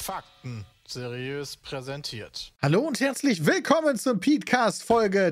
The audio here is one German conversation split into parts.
Fakten seriös präsentiert. Hallo und herzlich willkommen zum Petecast Folge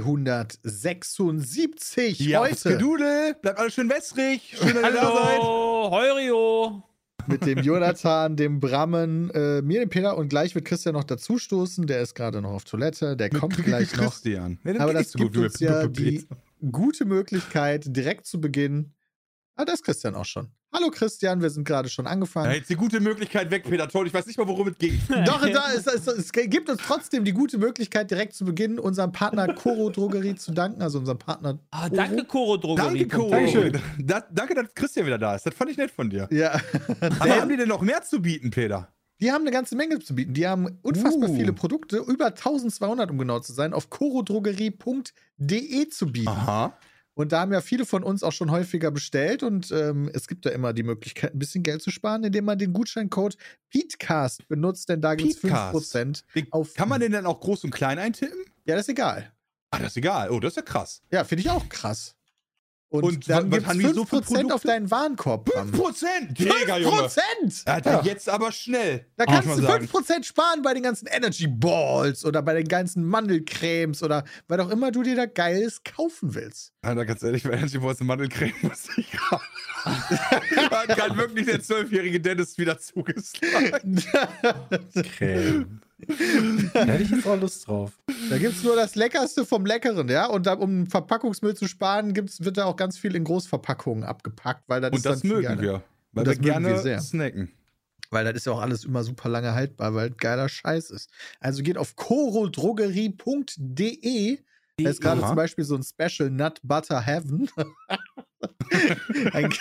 376. Ja, heute Gedudel, bleibt alles schön wässrig. Schön, dass ihr da seid. Hallo, Heurio. mit dem Jonathan, dem Brammen, mir, dem Peter, und gleich wird Christian noch dazustoßen. Der ist gerade noch auf Toilette, der kommt gleich noch. Christian. Nee, Aber geht das nicht so gibt gut wie uns mit ja Peter. die gute Möglichkeit, direkt zu beginnen. Ah, da ist Christian auch schon. Hallo Christian, wir sind gerade schon Ja, angefangen. jetzt die gute Möglichkeit weg, Peter. Toll, ich weiß nicht mal, worum es ging. Doch, es gibt uns trotzdem die gute Möglichkeit, direkt zu beginnen, unserem Partner Koro Drogerie zu danken, also unserem Partner. Ah, danke, Koro Drogerie. Danke, Koro. Dankeschön. Danke, dass Christian wieder da ist. Das fand ich nett von dir. Ja, Aber haben die denn noch mehr zu bieten, Peter? die haben eine ganze Menge zu bieten. Die haben unfassbar viele Produkte, über 1200, um genau zu sein, auf korodrogerie.de zu bieten. Aha. Und da haben ja viele von uns auch schon häufiger bestellt. Und es gibt da immer die Möglichkeit, ein bisschen Geld zu sparen, indem man den Gutscheincode PETECAST benutzt, denn da gibt es Petecast. 5% auf. Kann man den dann auch groß und klein eintippen? Ja, das ist egal. Ah, das ist egal. Oh, das ist ja krass. Ja, finde ich auch krass. Und dann was gibt es haben die so für 5% auf Produkte? deinen Warenkorb. 5%! Digga, Junge. 5%! Alter, jetzt aber schnell. Da muss kannst man du sagen. 5% sparen bei den ganzen Energy Balls oder bei den ganzen Mandelcremes oder was auch immer du dir da Geiles kaufen willst. Alter, ganz ehrlich, wenn ich eine Mandelcreme muss ich gerade. Hat gerade wirklich der 12-jährige Dennis wieder zugeschlagen. Creme. Da hätte ich jetzt auch Lust drauf. Da gibt es nur das Leckerste vom Leckeren, ja? Und da, um Verpackungsmüll zu sparen, wird da auch ganz viel in Großverpackungen abgepackt, weil das Und ist das dann viel mögen geiler. wir. Weil Und das wir mögen wir gerne sehr. snacken. Weil das ist ja auch alles immer super lange haltbar, weil geiler Scheiß ist. Also geht auf korodrogerie.de. Da ist gerade Aha. zum Beispiel so ein Special Nut Butter Heaven. Ein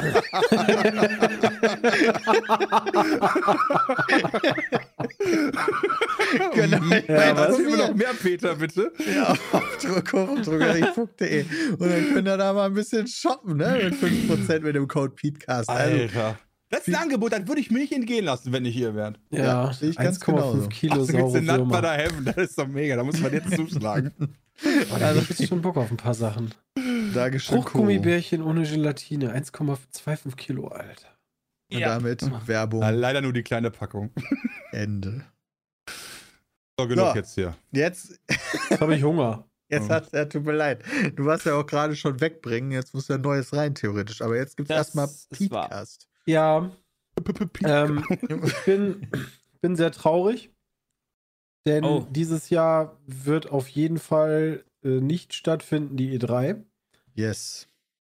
Genau. Ja, was Also wir noch mehr, Peter, bitte? Ja, auf korodrogerie.de. Und dann könnt ihr da mal ein bisschen shoppen, ne? Mit 5% mit dem Code PETECAST. Also, Alter. Das ist ein Angebot, das würde ich mir nicht entgehen lassen, wenn ich hier wäre. Ja, sehe ich ganz genauso. 1,5 Kilo Also gibt's saure den Nut Würmer. Butter Heaven, das ist doch mega, da muss man jetzt zuschlagen. Oh, da hab ich jetzt schon Bock auf ein paar Sachen. Dankeschön, Koro. Fruchtgummibärchen ohne Gelatine, 1,25 Kilo, Alter. Und damit Werbung Leider nur die kleine Packung. Ende. So, genug So. jetzt hier. Jetzt Jetzt habe ich Hunger. hast du, tut mir leid. Du warst ja auch gerade schon wegbringen. Jetzt muss ja Neues rein, theoretisch. Aber jetzt gibt es Das erstmal ist wahr. PETECAST. Ja, ich bin sehr traurig, denn Oh. dieses Jahr wird auf jeden Fall nicht stattfinden, die E3. Yes.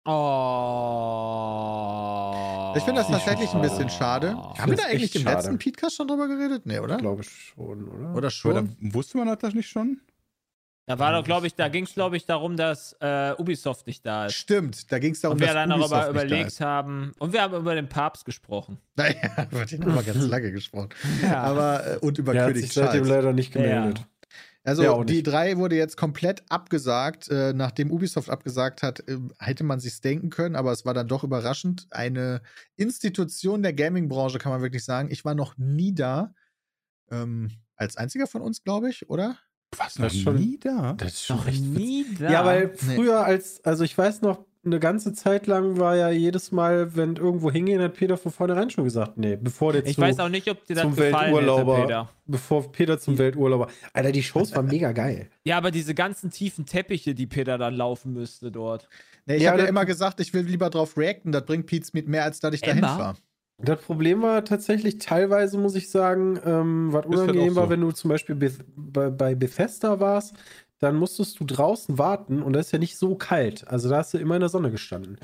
Oh. Ich finde das tatsächlich ein bisschen schade. Haben wir da ist eigentlich echt im schade. letzten PETECAST schon drüber geredet? Nee, oder? Ich glaube schon, oder? Oder Aber schon? da wusste man das nicht schon? Da war doch, da ging es, glaube ich, darum, dass Ubisoft nicht da ist. Stimmt, da ging es darum, Und wir dass dann Ubisoft darüber nicht da überlegt ist. haben. Und wir haben über den Papst gesprochen. Naja, über den haben wir ganz lange gesprochen. Ja. Aber, und über Der hat König sich seitdem Charles. leider nicht gemeldet. Der Also auch die nicht. 3 wurde jetzt komplett abgesagt. Nachdem Ubisoft abgesagt hat, hätte man sich's denken können, aber es war dann doch überraschend. Eine Institution der Gaming-Branche, kann man wirklich sagen. Ich war noch nie da. Als einziger von uns, glaube ich, oder? Was, Das ist schon- da? Das ist schon Noch recht nie da. Ja, weil Nee. früher also ich weiß noch, eine ganze Zeit lang war ja jedes Mal, wenn irgendwo hingehen, hat Peter von vornherein schon gesagt, nee, bevor der Ich weiß auch nicht, ob dir das zum gefallen hätte, Welturlauber, Peter. bevor Peter zum Welturlauber. Alter, die Shows waren mega geil. Ja, aber diese ganzen tiefen Teppiche, die Peter dann laufen müsste dort. Nee, ich Ja, habe ja das- immer gesagt, ich will lieber drauf reacten. Das bringt Pete's Meat mehr, als dass ich dahin Emma? fahre. Das Problem war tatsächlich teilweise, muss ich sagen, was halt unangenehm auch war, so. wenn du zum Beispiel bei Bethesda warst, dann musstest du draußen warten und das ist ja nicht so kalt. Also da hast du immer in der Sonne gestanden.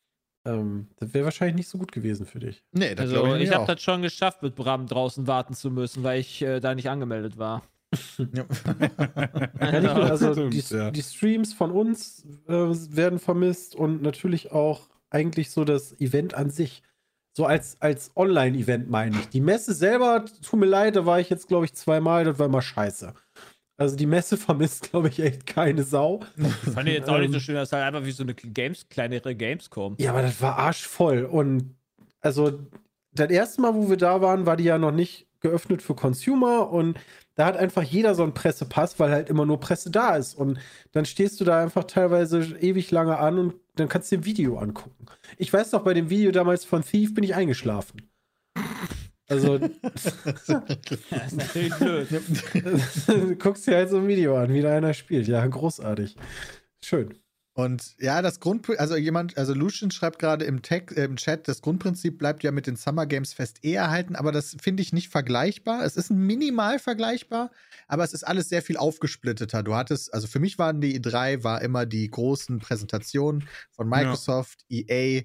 Das wäre wahrscheinlich nicht so gut gewesen für dich. Nee, das Also glaube ich ich habe auch. das schon geschafft, mit Bram draußen warten zu müssen, weil ich da nicht angemeldet war. Ja. Ja, nicht nur, also Stimmt, die, ja. die Streams von uns werden vermisst und natürlich auch eigentlich so das Event an sich. So als Online-Event meine ich. Die Messe selber, tut mir leid, da war ich jetzt, glaube ich, 2-mal, das war immer scheiße. Also die Messe vermisst, glaube ich, echt keine Sau. Ich fand jetzt auch nicht so schön, das ist halt einfach wie so eine kleinere Gamescom. Ja, aber das war arschvoll. Und also das erste Mal, wo wir da waren, war die ja noch nicht geöffnet für Consumer und da hat einfach jeder so einen Pressepass, weil halt immer nur Presse da ist. Und dann stehst du da einfach teilweise ewig lange an und dann kannst du dir ein Video angucken. Ich weiß noch, bei dem Video damals von Thief bin ich eingeschlafen. Also, Das ist natürlich blöd. du guckst dir halt so ein Video an, wie da einer spielt. Ja, großartig. Schön. Und ja, also Lucian schreibt gerade im Chat, das Grundprinzip bleibt ja mit den Summer Games Fest erhalten, aber das finde ich nicht vergleichbar. Es ist minimal vergleichbar, aber es ist alles sehr viel aufgesplitteter. Also für mich waren die E3 war immer die großen Präsentationen von Microsoft, EA,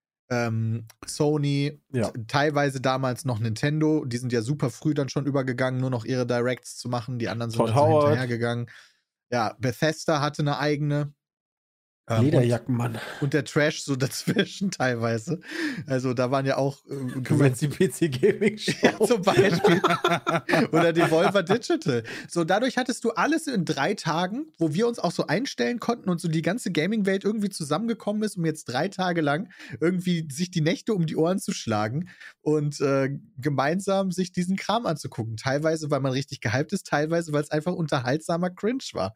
Sony, teilweise damals noch Nintendo. Die sind ja super früh dann schon übergegangen, nur noch ihre Directs zu machen. Die anderen sind dann so hinterhergegangen. Ja, Bethesda hatte eine eigene. Lederjackenmann. Und der Trash so dazwischen teilweise. Also da waren ja auch Du meinst die PC Gaming Show. ja, zum Beispiel. Oder Devolver Digital. So, dadurch hattest du alles in 3 Tagen, wo wir uns auch so einstellen konnten und so die ganze Gaming-Welt irgendwie zusammengekommen ist, um jetzt 3 Tage lang irgendwie sich die Nächte um die Ohren zu schlagen und gemeinsam sich diesen Kram anzugucken. Teilweise, weil man richtig gehypt ist, teilweise, weil es einfach unterhaltsamer Cringe war.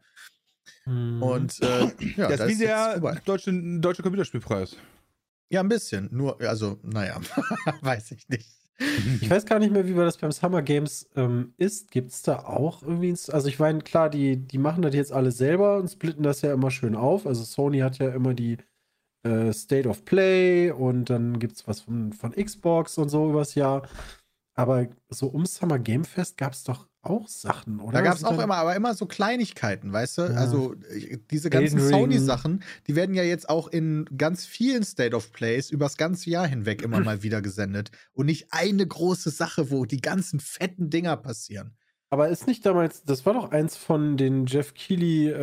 Und ja, das ist wie der deutsche Computerspielpreis. Ja, ein bisschen. Nur, also, naja, weiß ich nicht. Ich weiß gar nicht mehr, wie das beim Summer Games ist. Gibt es da auch irgendwie, also ich meine, klar, die machen das jetzt alle selber und splitten das ja immer schön auf. Also Sony hat ja immer die State of Play und dann gibt es was von Xbox und so übers Jahr. Aber so um Summer Game Fest gab es doch auch Sachen, oder? Da gab es auch immer so Kleinigkeiten, weißt du? Ja. Also diese ganzen Elden Ring. Sony-Sachen, die werden ja jetzt auch in ganz vielen State of Plays übers ganze Jahr hinweg immer mal wieder gesendet. Und nicht eine große Sache, wo die ganzen fetten Dinger passieren. Aber ist nicht damals, das war doch eins von den Jeff Keighley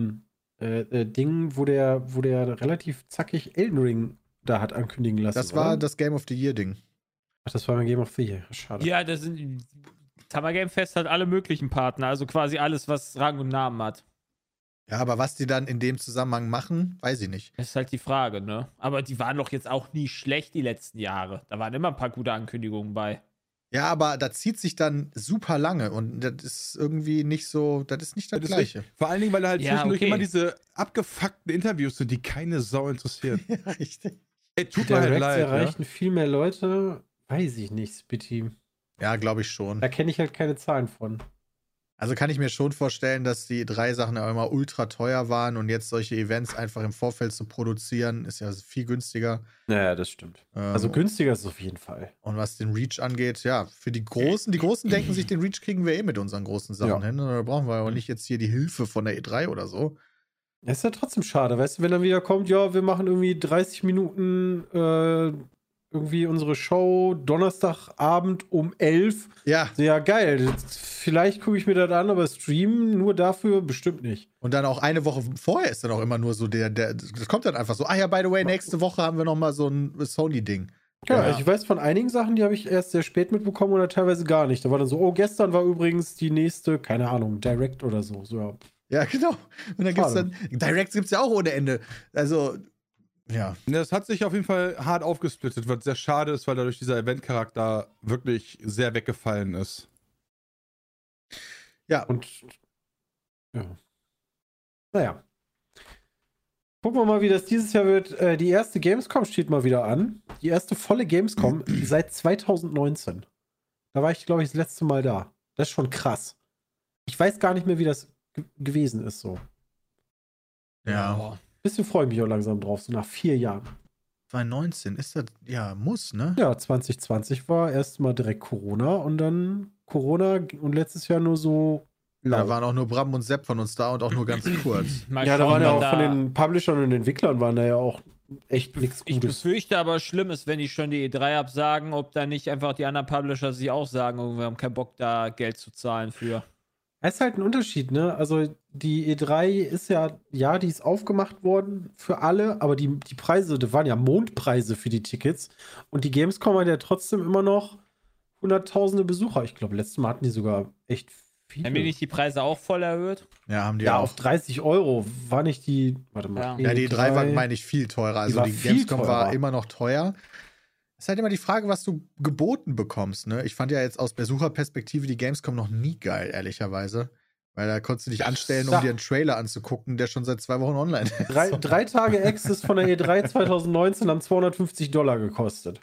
Dingen, wo der relativ zackig Elden Ring da hat ankündigen lassen. Das war das Game of the Year-Ding. Ach, das war mein Game of the Year. Schade. Ja, das sind. Summer Game Fest hat alle möglichen Partner, also quasi alles, was Rang und Namen hat. Ja, aber was die dann in dem Zusammenhang machen, weiß ich nicht. Das ist halt die Frage, ne? Aber die waren doch jetzt auch nie schlecht die letzten Jahre. Da waren immer ein paar gute Ankündigungen bei. Ja, aber da zieht sich dann super lange und das ist irgendwie nicht so, das ist nicht das Gleiche. Vor allen Dingen, weil da halt Ja, zwischendurch okay. immer diese abgefuckten Interviews sind, die keine Sau interessieren. Ja, richtig. Ey, tut Die mir halt Directs leid. erreichen viel mehr Leute, weiß ich nicht, Spitty. Ja, glaube ich schon. Da kenne ich halt keine Zahlen von. Also kann ich mir schon vorstellen, dass die 3 Sachen ja immer ultra teuer waren und jetzt solche Events einfach im Vorfeld zu produzieren, ist ja viel günstiger. Naja, das stimmt. Also günstiger ist es auf jeden Fall. Und was den Reach angeht, ja, für die Großen denken sich, den Reach kriegen wir mit unseren großen Sachen hin. Da brauchen wir auch nicht jetzt hier die Hilfe von der E3 oder so. Das ist ja trotzdem schade, weißt du, wenn dann wieder kommt, ja, wir machen irgendwie 30 Minuten irgendwie unsere Show Donnerstagabend um 11. Ja. So, ja, geil. Vielleicht gucke ich mir das an, aber streamen nur dafür bestimmt nicht. Und dann auch eine Woche vorher ist dann auch immer nur so das kommt dann einfach so, ja, by the way, nächste Woche haben wir noch mal so ein Sony-Ding. Ja, also ich weiß von einigen Sachen, die habe ich erst sehr spät mitbekommen oder teilweise gar nicht. Da war dann so, oh, gestern war übrigens die nächste, keine Ahnung, Direct oder so. Ja. Ja, genau. Und dann gibt's Directs gibt's ja auch ohne Ende. Also, ja. Das hat sich auf jeden Fall hart aufgesplittet, was sehr schade ist, weil dadurch dieser Event-Charakter wirklich sehr weggefallen ist. Ja. Und ja. Naja. Gucken wir mal, wie das dieses Jahr wird. Die erste Gamescom steht mal wieder an. Die erste volle Gamescom seit 2019. Da war ich, glaube ich, das letzte Mal da. Das ist schon krass. Ich weiß gar nicht mehr, wie das gewesen ist so. Ja. Bisschen freue ich mich auch langsam drauf, so nach 4 Jahren. 2019 ist das, ja, muss, ne? Ja, 2020 war erstmal direkt Corona und dann Corona und letztes Jahr nur so Da waren auch nur Bram und Sepp von uns da und auch nur ganz kurz. Mal ja, da schauen, waren ja wann auch von den Publishern und Entwicklern waren da ja auch echt nichts Ich Gutes. befürchte aber, schlimm ist, wenn die schon die E3 absagen, ob da nicht einfach die anderen Publisher sich auch sagen, oh, wir haben keinen Bock, da Geld zu zahlen für. Es ist halt ein Unterschied, ne? Also die E3 ist ja, die ist aufgemacht worden für alle, aber die Preise, das waren ja Mondpreise für die Tickets und die Gamescom hat ja trotzdem immer noch hunderttausende Besucher. Ich glaube, letztes Mal hatten die sogar echt viele. Haben die nicht die Preise auch voll erhöht? Ja, haben die Ja, auch. auf 30 Euro war nicht die, warte mal. Ja. Ja, die E3 war, meine ich, viel teurer. Also war die viel Gamescom war teurer. immer noch teuer. Es ist halt immer die Frage, was du geboten bekommst, ne? Ich fand ja jetzt aus Besucherperspektive die Gamescom noch nie geil, ehrlicherweise. Weil da konntest du dich anstellen, um Ja. dir einen Trailer anzugucken, der schon seit 2 Wochen online ist. 3 Tage Access von der E3 2019 haben $250 gekostet.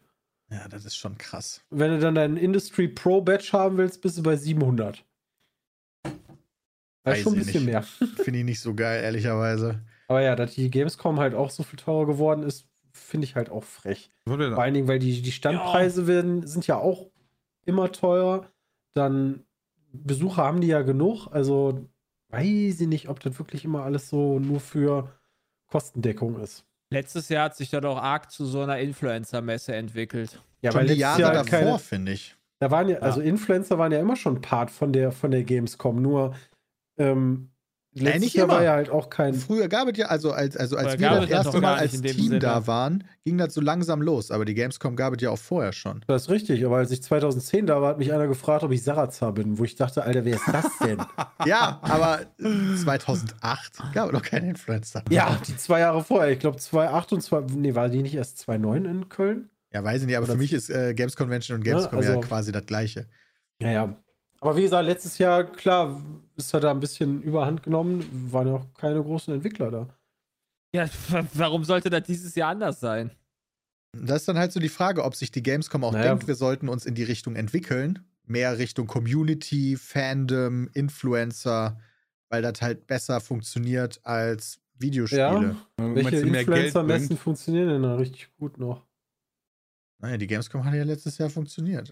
Ja, das ist schon krass. Wenn du dann deinen Industry Pro Badge haben willst, bist du bei 700. Das Weiß ist schon ein ich bisschen nicht. mehr. Finde ich nicht so geil, ehrlicherweise. Aber ja, dass die Gamescom halt auch so viel teurer geworden ist, finde ich halt auch frech. Vor allen Dingen, weil die Standpreise sind ja auch immer teuer. Dann Besucher haben die ja genug. Also weiß ich nicht, ob das wirklich immer alles so nur für Kostendeckung ist. Letztes Jahr hat sich das auch arg zu so einer Influencer-Messe entwickelt. Ja, Schon weil die letztes Jahre Jahr davor, finde ich. da waren ja, also Influencer waren ja immer schon Part von der Gamescom. Nur letztes nicht Jahr immer. war ja halt auch kein. Früher gab es ja, als wir gab das es das erste noch Mal gar nicht als in dem Team Sinne. da waren, ging das so langsam los. Aber die Gamescom gab es ja auch vorher schon. Das ist richtig, aber als ich 2010 da war, hat mich einer gefragt, ob ich Sarazar bin, wo ich dachte, Alter, wer ist das denn? Ja, aber 2008 gab es noch keine Influencer. Ja, die 2 Jahre vorher. Ich glaube 2008 und nee, war die nicht erst 2009 in Köln? Ja, weiß ich nicht, aber Oder für mich ist Games Convention und Gamescom Ja, ja also- quasi das Gleiche. Ja. Aber wie gesagt, letztes Jahr, klar, ist er da ein bisschen überhand genommen. Waren ja auch keine großen Entwickler da. Ja, warum sollte das dieses Jahr anders sein? Das ist dann halt so die Frage, ob sich die Gamescom auch Naja. denkt, wir sollten uns in die Richtung entwickeln. Mehr Richtung Community, Fandom, Influencer, weil das halt besser funktioniert als Videospiele. Ja. Welche Meinst du, mehr Geld Influencer-Messen bringt? funktionieren denn da richtig gut noch? Naja, die Gamescom hat ja letztes Jahr funktioniert.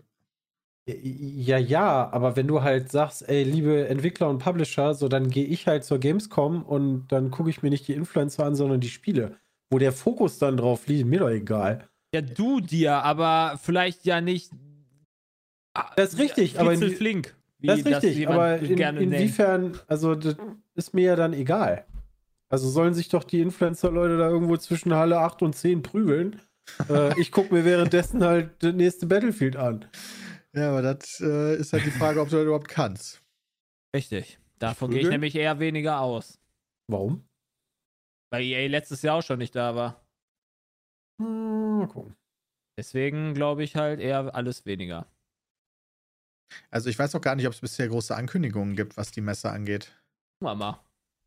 Ja, aber wenn du halt sagst, ey, liebe Entwickler und Publisher, so dann gehe ich halt zur Gamescom und dann gucke ich mir nicht die Influencer an, sondern die Spiele. Wo der Fokus dann drauf liegt, mir doch egal. Ja, du dir, aber vielleicht ja nicht. Das ist richtig, aber flink. das ist richtig, aber inwiefern, also das ist mir ja dann egal. Also sollen sich doch die Influencer-Leute da irgendwo zwischen Halle 8 und 10 prügeln. Ich gucke mir währenddessen halt das nächste Battlefield an. Ja, aber das ist halt die Frage, ob du das überhaupt kannst. Richtig. Davon gehe ich Prügeln? nämlich eher weniger aus. Warum? Weil EA letztes Jahr auch schon nicht da war. Mal gucken. Deswegen glaube ich halt eher alles weniger. Also ich weiß auch gar nicht, ob es bisher große Ankündigungen gibt, was die Messe angeht. Gucken wir mal.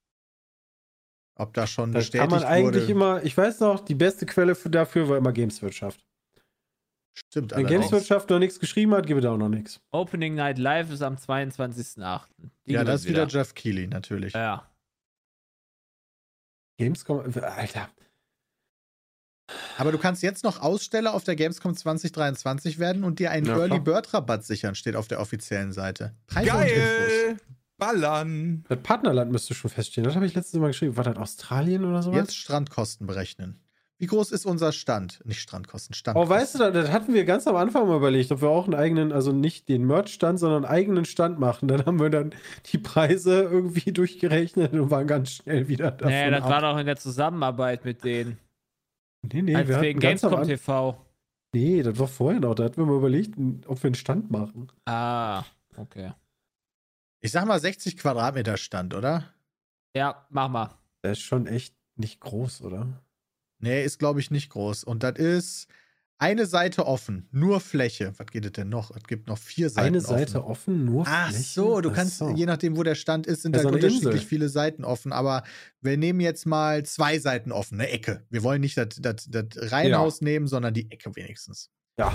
Ob da schon Das kann bestätigt man eigentlich wurde. immer, ich weiß noch, die beste Quelle dafür war immer Gameswirtschaft. Stimmt Wenn allerdings. Gameswirtschaft noch nichts geschrieben hat, gibt es auch noch nichts. Opening Night Live ist am 22.08. Die Ja, gewinnt das ist wieder Jeff Keighley natürlich. Ja. Gamescom, Alter. Aber du kannst jetzt noch Aussteller auf der Gamescom 2023 werden und dir einen Ja, Early klar. Bird Rabatt sichern, steht auf der offiziellen Seite. Preise und Geil! Infos. Ballern! Das Partnerland müsste schon feststehen. Das habe ich letztes Mal geschrieben. War das Australien oder sowas? Jetzt Strandkosten berechnen. Wie groß ist unser Stand? Nicht Strandkosten, Oh, Standkosten. weißt du, das hatten wir ganz am Anfang mal überlegt, ob wir auch einen eigenen, also nicht den Merch-Stand, sondern einen eigenen Stand machen. Dann haben wir dann die Preise irgendwie durchgerechnet und waren ganz schnell wieder davon Nee, das ab. war doch in der Zusammenarbeit mit denen. Nee, Als wir hatten wegen ganz am Gamescom An- TV. Nee, das war vorher noch. Da hatten wir mal überlegt, ob wir einen Stand machen. Ah, okay. Ich sag mal 60 Quadratmeter Stand, oder? Ja, mach mal. Der ist schon echt nicht groß, oder? Nee, ist glaube ich nicht groß. Und das ist eine Seite offen, nur Fläche. Was geht es denn noch? Es gibt noch 4 Seiten Eine Seite offen, nur Ach Fläche? so, du Ach kannst, so. je nachdem, wo der Stand ist, sind Ja, halt so eine unterschiedlich Insel. viele Seiten offen. Aber wir nehmen jetzt mal 2 Seiten offen, eine Ecke. Wir wollen nicht das Reihenhaus nehmen, sondern die Ecke wenigstens. Ja.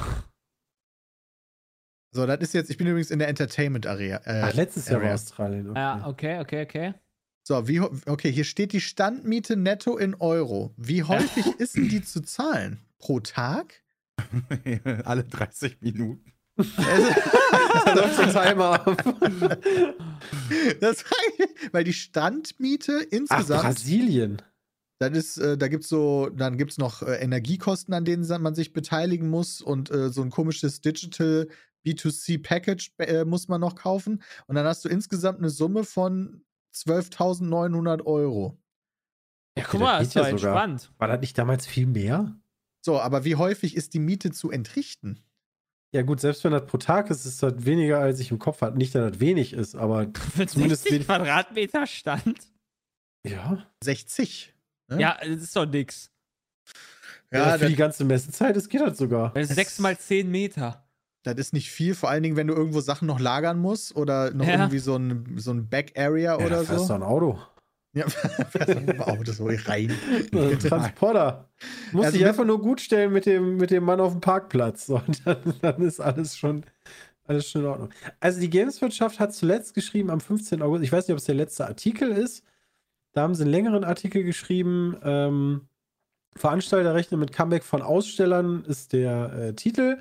So, das ist jetzt, ich bin übrigens in der Entertainment-Area. Ach, letztes Jahr war Area. Australien. Okay. Ja, okay. So, okay, hier steht die Standmiete netto in Euro. Wie häufig ist denn die zu zahlen? Pro Tag? Alle 30 Minuten. Da läuft der Timer ab. Das frage ich, weil die Standmiete Ach, insgesamt, Brasilien. dann gibt's noch Energiekosten, an denen man sich beteiligen muss und so ein komisches Digital B2C Package muss man noch kaufen. Und dann hast du insgesamt eine Summe von 12.900 Euro. Ja, guck mal, das ist geht doch ja sogar. entspannt. War das nicht damals viel mehr? So, aber wie häufig ist die Miete zu entrichten? Ja, gut, selbst wenn das pro Tag ist, ist das weniger, als ich im Kopf hatte. Nicht, dass das wenig ist, aber Für Zumindest 60 Quadratmeter Stand? ja. 60. Ne? Ja, das ist doch nix. Ja, für das, die ganze Messezeit, das geht halt sogar. Das ist 6 mal 10 Meter. das ist nicht viel, vor allen Dingen, wenn du irgendwo Sachen noch lagern musst oder noch Ja. irgendwie so ein Back-Area Ja, oder da fährst du so. ein Auto. Ja, Auto so rein. Transporter. Muss Also dich einfach nur gut stellen mit dem Mann auf dem Parkplatz. So, dann ist alles schon in Ordnung. Also die Gameswirtschaft hat zuletzt geschrieben am 15. August, ich weiß nicht, ob es der letzte Artikel ist, da haben sie einen längeren Artikel geschrieben, Veranstalter rechnen mit Comeback von Ausstellern ist der Titel.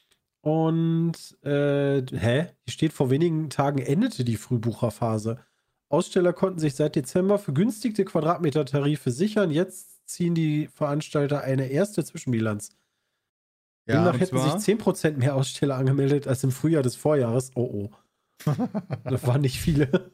Und hier steht, vor wenigen Tagen endete die Frühbucherphase. Aussteller konnten sich seit Dezember vergünstigte Quadratmetertarife sichern. Jetzt ziehen die Veranstalter eine erste Zwischenbilanz. Ja, Demnach hätten sich 10% mehr Aussteller angemeldet als im Frühjahr des Vorjahres. Oh. Das waren nicht viele.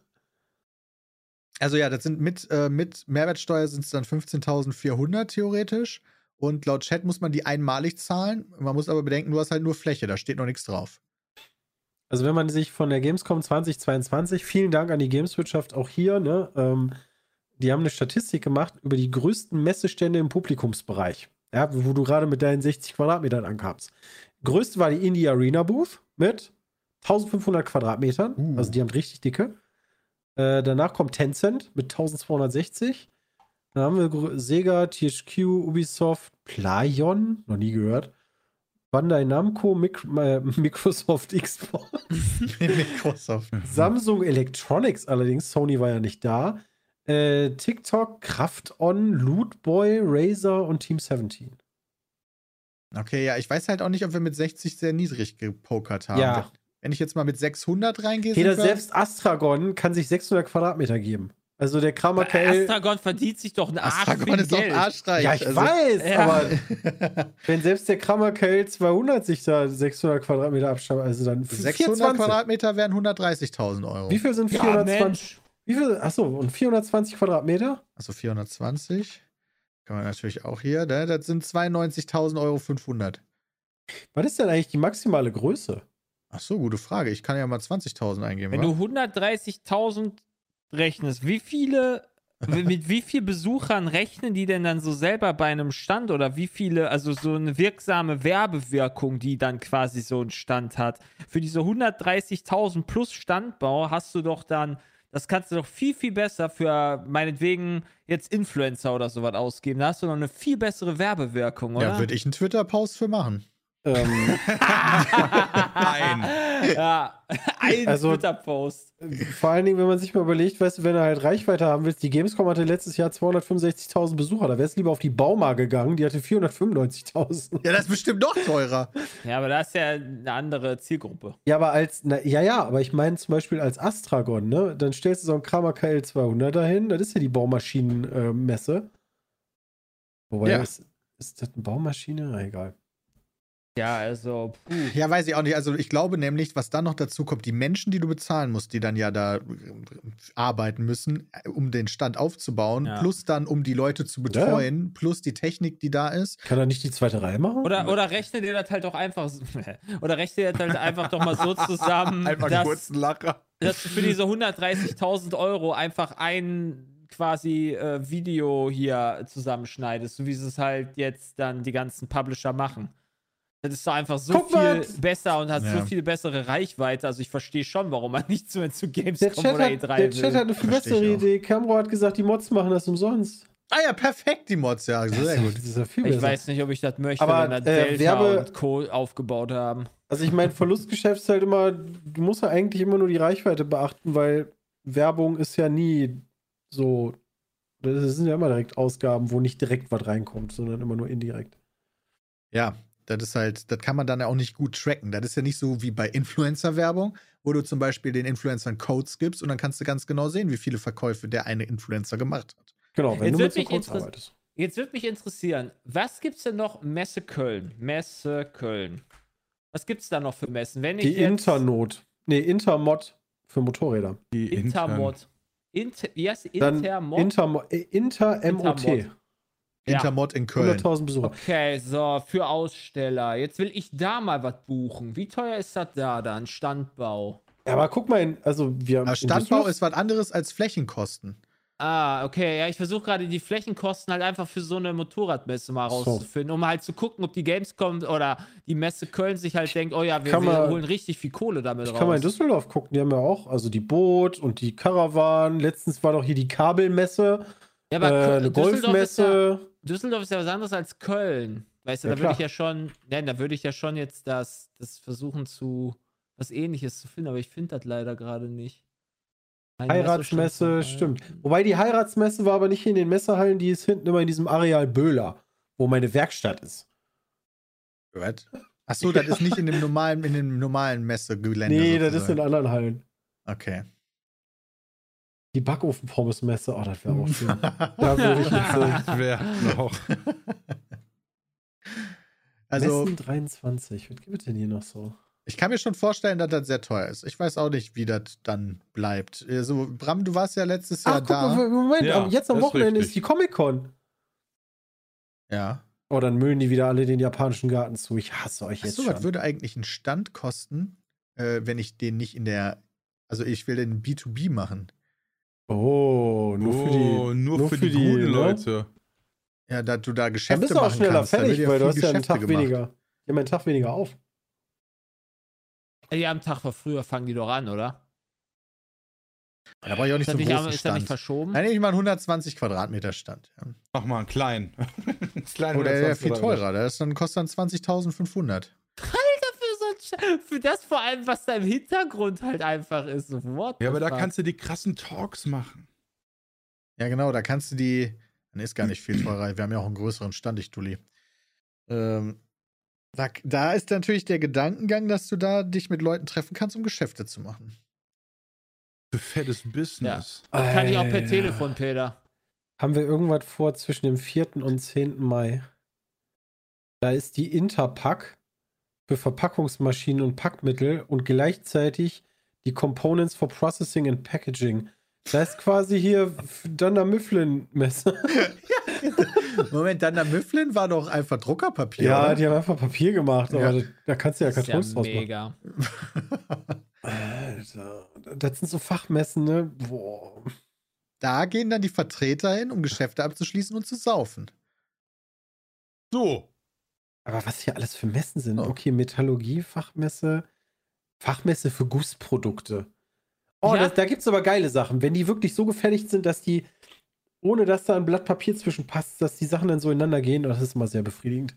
Also ja, das sind mit Mehrwertsteuer sind es dann 15.400 theoretisch. Und laut Chat muss man die einmalig zahlen. Man muss aber bedenken, du hast halt nur Fläche, da steht noch nichts drauf. Also wenn man sich von der Gamescom 2022, vielen Dank an die Gameswirtschaft auch hier, ne, die haben eine Statistik gemacht über die größten Messestände im Publikumsbereich, ja, wo du gerade mit deinen 60 Quadratmetern ankamst. Größte war die Indie Arena Booth mit 1500 Quadratmetern, also die haben richtig dicke. Danach kommt Tencent mit 1260. Dann haben wir Sega, THQ, Ubisoft, Playon, noch nie gehört. Bandai Namco, Microsoft Xbox. Microsoft. Samsung Electronics allerdings, Sony war ja nicht da. TikTok, Krafton, Lootboy, Razer und Team 17. Okay, ja, ich weiß halt auch nicht, ob wir mit 60 sehr niedrig gepokert haben. Ja. Wenn ich jetzt mal mit 600 reingehe, Jeder, selbst Astragon kann sich 600 Quadratmeter geben. Also der Kramer KL. Astragon verdient sich doch einen Arsch. Astragon ist Geld. auch arschreich. Ja, ich Also, weiß, ja. aber wenn selbst der Kramer KL 200 sich da 600 Quadratmeter abschreibt, also dann 600 420. Quadratmeter wären 130.000 Euro. Wie viel sind Ja, 420? Wie viel? Achso, und 420 Quadratmeter? Also 420. Kann man natürlich auch hier. Ne? Das sind 92.000 Euro 500. Was ist denn eigentlich die maximale Größe? Ach so, gute Frage. Ich kann ja mal 20.000 eingeben. Wenn wa? du 130.000 rechnest, mit wie viel Besuchern rechnen die denn dann so selber bei einem Stand oder wie viele, also so eine wirksame Werbewirkung, die dann quasi so ein Stand hat? Für diese 130.000 plus Standbau hast du doch dann, das kannst du doch viel, viel besser für meinetwegen jetzt Influencer oder sowas ausgeben. Da hast du noch eine viel bessere Werbewirkung, oder? Ja, würde ich einen Twitter-Post für machen. Nein. Ja, ein Also- Twitter-Post. Vor allen Dingen, wenn man sich mal überlegt, weißt du, wenn du halt Reichweite haben willst, die Gamescom hatte letztes Jahr 265.000 Besucher, da wärst du lieber auf die Bauma gegangen, die hatte 495.000. Ja, das ist bestimmt noch teurer. Ja, aber da ist ja eine andere Zielgruppe. Ja, aber aber ich meine zum Beispiel als Astragon, ne, dann stellst du so einen Kramer KL 200 dahin, das ist ja die Baumaschinenmesse. Wobei, Ja. ist das eine Baumaschine? Na, egal. Ja, also, Ja, weiß ich auch nicht. Also ich glaube nämlich, was dann noch dazu kommt, die Menschen, die du bezahlen musst, die dann ja da arbeiten müssen, um den Stand aufzubauen, Ja. plus dann, um die Leute zu betreuen, plus die Technik, die da ist. Kann er nicht die zweite Reihe machen? Oder rechne dir das halt doch einfach, oder rechne dir das halt einfach doch mal so zusammen, Einfach dass, kurz einen Lacher. dass du für diese 130.000 Euro einfach ein quasi Video hier zusammenschneidest, so wie sie es halt jetzt dann die ganzen Publisher machen. Das ist doch einfach so Guck viel mal. besser und hat Ja. so viel bessere Reichweite. Also ich verstehe schon, warum man nicht zu Der Gamescom Chat, oder hat, E3 der Chat will. hat eine viel Versteh bessere ich auch. Idee. Camro hat gesagt, die Mods machen das umsonst. Ah ja, perfekt, die Mods, ja. Sehr gut. Das ist ja viel Ich besser. weiß nicht, ob ich das möchte, Aber, wenn da Delta Werbe- und Co. aufgebaut haben. Also ich meine, Verlustgeschäft ist halt immer, du musst ja eigentlich immer nur die Reichweite beachten, weil Werbung ist ja nie so, das sind ja immer direkt Ausgaben, wo nicht direkt was reinkommt, sondern immer nur indirekt. Ja, das ist halt, das kann man dann auch nicht gut tracken. Das ist ja nicht so wie bei Influencer-Werbung, wo du zum Beispiel den Influencern Codes gibst und dann kannst du ganz genau sehen, wie viele Verkäufe der eine Influencer gemacht hat. Genau, wenn Jetzt du wird mit so mich Codes interess- arbeitest. Jetzt würde mich interessieren, was gibt's denn noch? Messe Köln. Was gibt's da noch für Messen? Wenn ich Die Intermod für Motorräder. Die Intermod. Wie heißt die? Dann Intermod? Intermod. Ja. Intermod in Köln. 100.000 Besucher. Okay, so, für Aussteller. Jetzt will ich da mal was buchen. Wie teuer ist das da dann? Standbau. Ja, aber guck mal, also wir haben Aber Standbau ist was anderes als Flächenkosten. Okay. Ja, ich versuche gerade die Flächenkosten halt einfach für so eine Motorradmesse mal So. rauszufinden, um halt zu gucken, ob die Gamescom oder die Messe Köln sich halt denkt, oh ja, wir Kann man- holen richtig viel Kohle damit Ich kann mal in raus. Düsseldorf gucken, die haben ja auch, also die Boot und die Caravan. Letztens war doch hier die Kabelmesse, Ja, aber eine Golfmesse. Düsseldorf ist ja was anderes als Köln. Weißt du, Ja, da würde ich klar. ja schon, da würde ich ja schon jetzt das versuchen was Ähnliches zu finden, aber ich finde das leider gerade nicht. Eine Heiratsmesse, Messestand stimmt. zum Wobei die Heiratsmesse war aber nicht hier in den Messehallen, die ist hinten immer in diesem Areal Böhler, wo meine Werkstatt ist. What? Achso, das ist nicht in dem normalen Messegelände. Nee, das ist in sozusagen. anderen Hallen. Okay. Die Backofen-Pommes-Messe, oh, das wäre auch schön. Da würde ich jetzt Das wäre noch. Also, Messen 23, was gibt es denn hier noch so? ich kann mir schon vorstellen, dass das sehr teuer ist. Ich weiß auch nicht, wie das dann bleibt. Also, Bram, du warst ja letztes Jahr Ach, guck mal, da. Moment, Ja, jetzt am das ist Wochenende richtig. ist die Comic-Con. Ja. Oh, dann müllen die wieder alle den japanischen Garten zu. Ich hasse euch jetzt Achso, was schon. würde eigentlich ein Stand kosten, wenn ich den nicht in der. Also, ich will den B2B machen. Oh, Nur für die ne? guten Leute. Ja, dass du da Dann Geschäfte bist du auch machen schneller kannst. Da wird fertig, weil du viel hast ja einen Geschäfte Tag gemacht. weniger. Die haben einen Tag weniger auf. Ja, am Tag vor früher fangen die doch an, oder? Da brauche ich auch nicht Ist so das einen nicht, großen ist das nicht Stand. verschoben? Nein, ich mal einen 120 Quadratmeter Stand. Ja. Mach mal einen kleinen. Das kleine Oder der 120 viel Quadratmeter. teurer. Kostet dann 20.500. Für das vor allem, was da im Hintergrund halt einfach ist. What Ja, aber the da fuck? kannst du die krassen Talks machen. Ja, genau, da kannst du die. Dann ist gar nicht viel teurer. Wir haben ja auch einen größeren Stand, ich Dulli. Da ist natürlich der Gedankengang, dass du da dich mit Leuten treffen kannst, um Geschäfte zu machen. Für fettes Business. Das kann ich auch per Alter. Telefon, Peter. Haben wir irgendwas vor zwischen dem 4. und 10. Mai? Da ist die Interpack für Verpackungsmaschinen und Packmittel und gleichzeitig die Components for Processing and Packaging. Da ist quasi hier Dunder Mifflin Messe. Moment, dann der Mifflin war doch einfach Druckerpapier. Ja, oder? die haben einfach Papier gemacht, Ja. aber da kannst du ja Das ist ja Kartons draus machen. mega. Alter, das sind so Fachmessen, ne? Boah. Da gehen dann die Vertreter hin, um Geschäfte abzuschließen und zu saufen. So. Aber was hier alles für Messen sind. Oh. Okay, Metallurgie, Fachmesse, Fachmesse für Gussprodukte. Oh, Ja. da gibt es aber geile Sachen. Wenn die wirklich so gefertigt sind, dass die, ohne dass da ein Blatt Papier zwischen passt, dass die Sachen dann so ineinander gehen, das ist immer sehr befriedigend.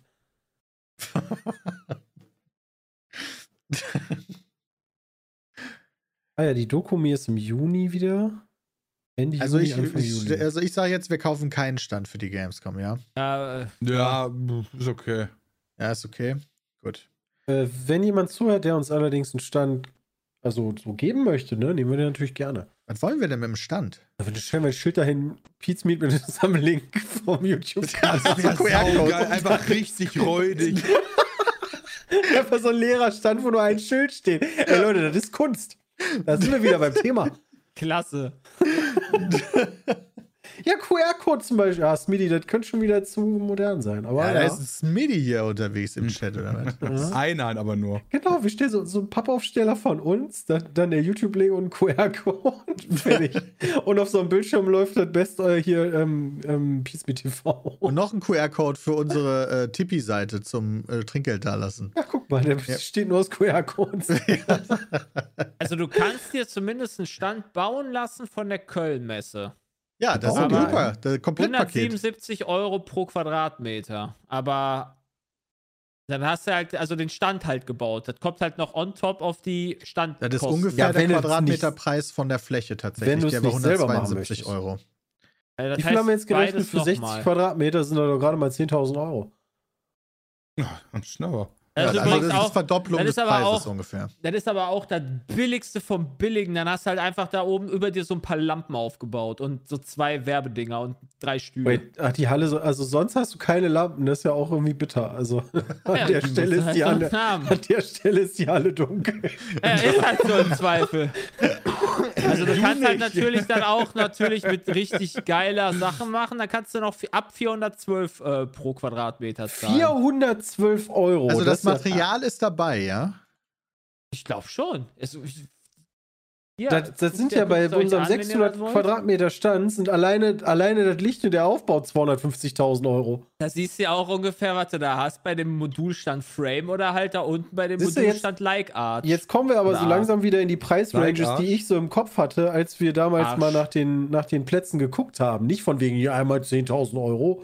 Ah ja, die Dokumi ist im Juni wieder. Ende Also Juni, ich, Anfang Juli. ich sage jetzt, wir kaufen keinen Stand für die Gamescom, ja? Ja, ist okay. Ja, ist okay. Gut. Wenn jemand zuhört, der uns allerdings einen Stand so geben möchte, ne, nehmen wir den natürlich gerne. Was wollen wir denn mit dem Stand? Dann stellen wir ein Schild dahin, Pete's Meat mit einem Link vom YouTube-Kanal. Das wäre QR-Code. saugeil. Einfach richtig räudig. Einfach so ein leerer Stand, wo nur ein Schild steht. Ey Leute, das ist Kunst. Da sind wir wieder beim Thema. Klasse. Ja, QR-Code zum Beispiel. Ja, Smitty, das könnte schon wieder zu modern sein. Aber Ja, ja, da ist ein Smitty hier unterwegs im Chat, oder was? Einer aber nur. Genau, wir stellen so einen Pappaufsteller von uns, dann der YouTube-Link und QR-Code. Fertig. Und auf so einem Bildschirm läuft das Best hier Peace Meat TV. Und noch ein QR-Code für unsere Tippi-Seite zum Trinkgeld dalassen. Ja, guck mal, der besteht nur aus QR-Codes. Also du kannst dir zumindest einen Stand bauen lassen von der Köln-Messe. Ja, das ist Aber super. Das Komplettpaket. 177 € pro Quadratmeter. Aber dann hast du halt, also den Stand halt gebaut. Das kommt halt noch on top auf die Standkosten. Das ist ungefähr Ja, der wenn du es Quadratmeterpreis von der Fläche Wenn tatsächlich. du es Der war nicht selber machen 172 möchtest. Euro. Das Wie viel haben wir jetzt gerechnet? beides Für 60 nochmal. Quadratmeter sind da doch gerade mal 10.000 Euro. Am Schnaller. Das ist also übrigens das ist auch, Verdopplung das des ist aber Preises auch- ungefähr. das ist aber auch das Billigste vom Billigen. Dann hast du halt einfach da oben über dir so ein paar Lampen aufgebaut und so 2 Werbedinger und 3 Stühle. Wait, ach, die Halle, also sonst hast du keine Lampen, das ist ja auch irgendwie bitter. Also an der die Stelle musst du ist die halt Halle, noch haben. an der Stelle ist die Halle dunkel. Ja, ist halt so im Zweifel. Also du kannst halt natürlich dann auch mit richtig geiler Sachen machen. Da kannst du noch ab 412 pro Quadratmeter zahlen. 412 Euro. Also das ist ja- Material ist dabei, ja? Ich glaube schon. Ja, Das sind ja bei guckt's euch unserem an, wenn ihr 600 das wollt. Quadratmeter Stand sind alleine das Licht und der Aufbau 250.000 Euro. Da siehst du ja auch ungefähr, was du da hast bei dem Modulstand Frame oder halt da unten bei dem Siehst du, Modulstand Like Art. Jetzt kommen wir aber Oder so langsam wieder in die Preisranges, Like Art. die ich so im Kopf hatte, als wir damals Arsch. mal nach den Plätzen geguckt haben. Nicht von wegen hier einmal 10.000 Euro.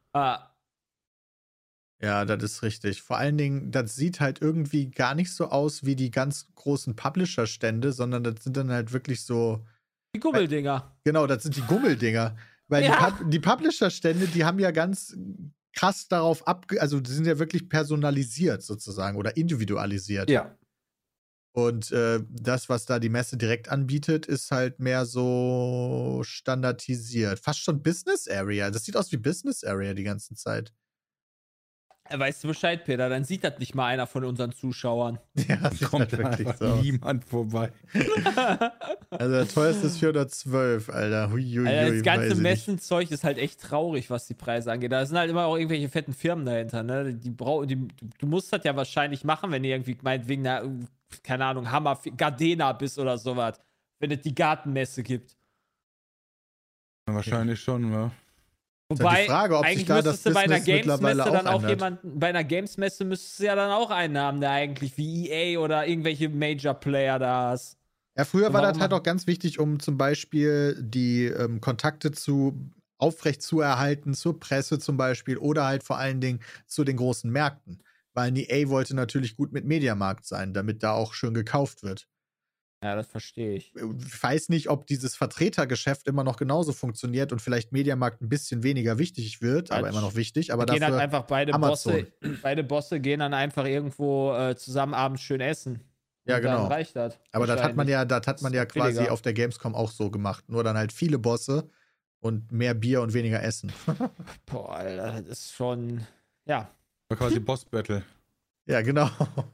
Ja, das ist richtig. Vor allen Dingen, das sieht halt irgendwie gar nicht so aus wie die ganz großen Publisher-Stände, sondern das sind dann halt wirklich so, Die Gummeldinger. genau, das sind die Gummeldinger. Weil Ja. die Publisher-Stände, die haben ja ganz krass darauf also die sind ja wirklich personalisiert sozusagen oder individualisiert. Ja. Und das, was da die Messe direkt anbietet, ist halt mehr so standardisiert. Fast schon Business Area. Das sieht aus wie Business Area die ganze Zeit. Weißt du Bescheid, Peter? Dann sieht das nicht mal einer von unseren Zuschauern. Ja, das sieht Kommt halt wirklich einfach so aus. niemand vorbei. Also der teuerste ist 412, Alter. Huiuiui, Alter, das ganze weiß ich nicht. Messenzeug ist halt echt traurig, was die Preise angeht. Da sind halt immer auch irgendwelche fetten Firmen dahinter, ne? Du musst das ja wahrscheinlich machen, wenn du irgendwie meinetwegen, keine Ahnung, Hammer, Gardena bist oder sowas. Wenn es die Gartenmesse gibt. Wahrscheinlich schon, ja. Ist halt Wobei, die Frage, ob sich eigentlich da das müsstest du bei einer Business mittlerweile Games-Messe dann auch ändert. jemanden, bei einer Games-Messe müsstest du ja dann auch einen haben, der eigentlich wie EA oder irgendwelche Major-Player da ist. Ja, früher war Warum das halt auch ganz wichtig, um zum Beispiel die Kontakte aufrecht zu erhalten, zur Presse zum Beispiel oder halt vor allen Dingen zu den großen Märkten. Weil die EA wollte natürlich gut mit Mediamarkt sein, damit da auch schön gekauft wird. Ja, das verstehe ich. Ich weiß nicht, ob dieses Vertretergeschäft immer noch genauso funktioniert und vielleicht Mediamarkt ein bisschen weniger wichtig wird, aber immer noch wichtig. Aber Gehen halt dafür einfach Amazon. beide Bosse gehen dann einfach irgendwo zusammen abends schön essen. Ja, Und genau. Dann reicht das. Aber das hat man ja Ist quasi billiger. auf der Gamescom auch so gemacht. Nur dann halt viele Bosse und mehr Bier und weniger Essen. Boah, Alter, das ist schon. Ja, War quasi Boss Battle. Ja, genau.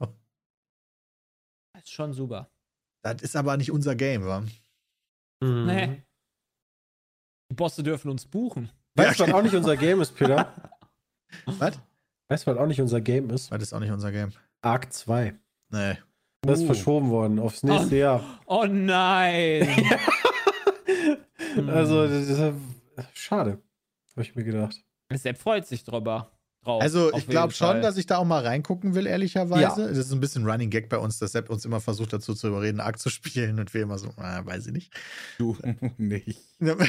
das ist schon super. Das ist aber nicht unser Game, wa? Mhm. Nee. Die Bosse dürfen uns buchen. Weißt du, was auch nicht unser Game ist, Peter? Was? Weißt du, was auch nicht unser Game ist? Das ist auch nicht unser Game. Arc 2. Nee. Das ist verschoben worden aufs nächste Jahr. Oh nein! Also, das ist schade. Habe ich mir gedacht. Sepp freut sich drüber. Drauf, Also, auf ich glaube jeden schon, Fall. dass ich da auch mal reingucken will, ehrlicherweise. Ja. Das ist ein bisschen Running Gag bei uns, dass Sepp uns immer versucht dazu zu überreden, Ark zu spielen und wir immer so, weiß ich nicht. Du nicht.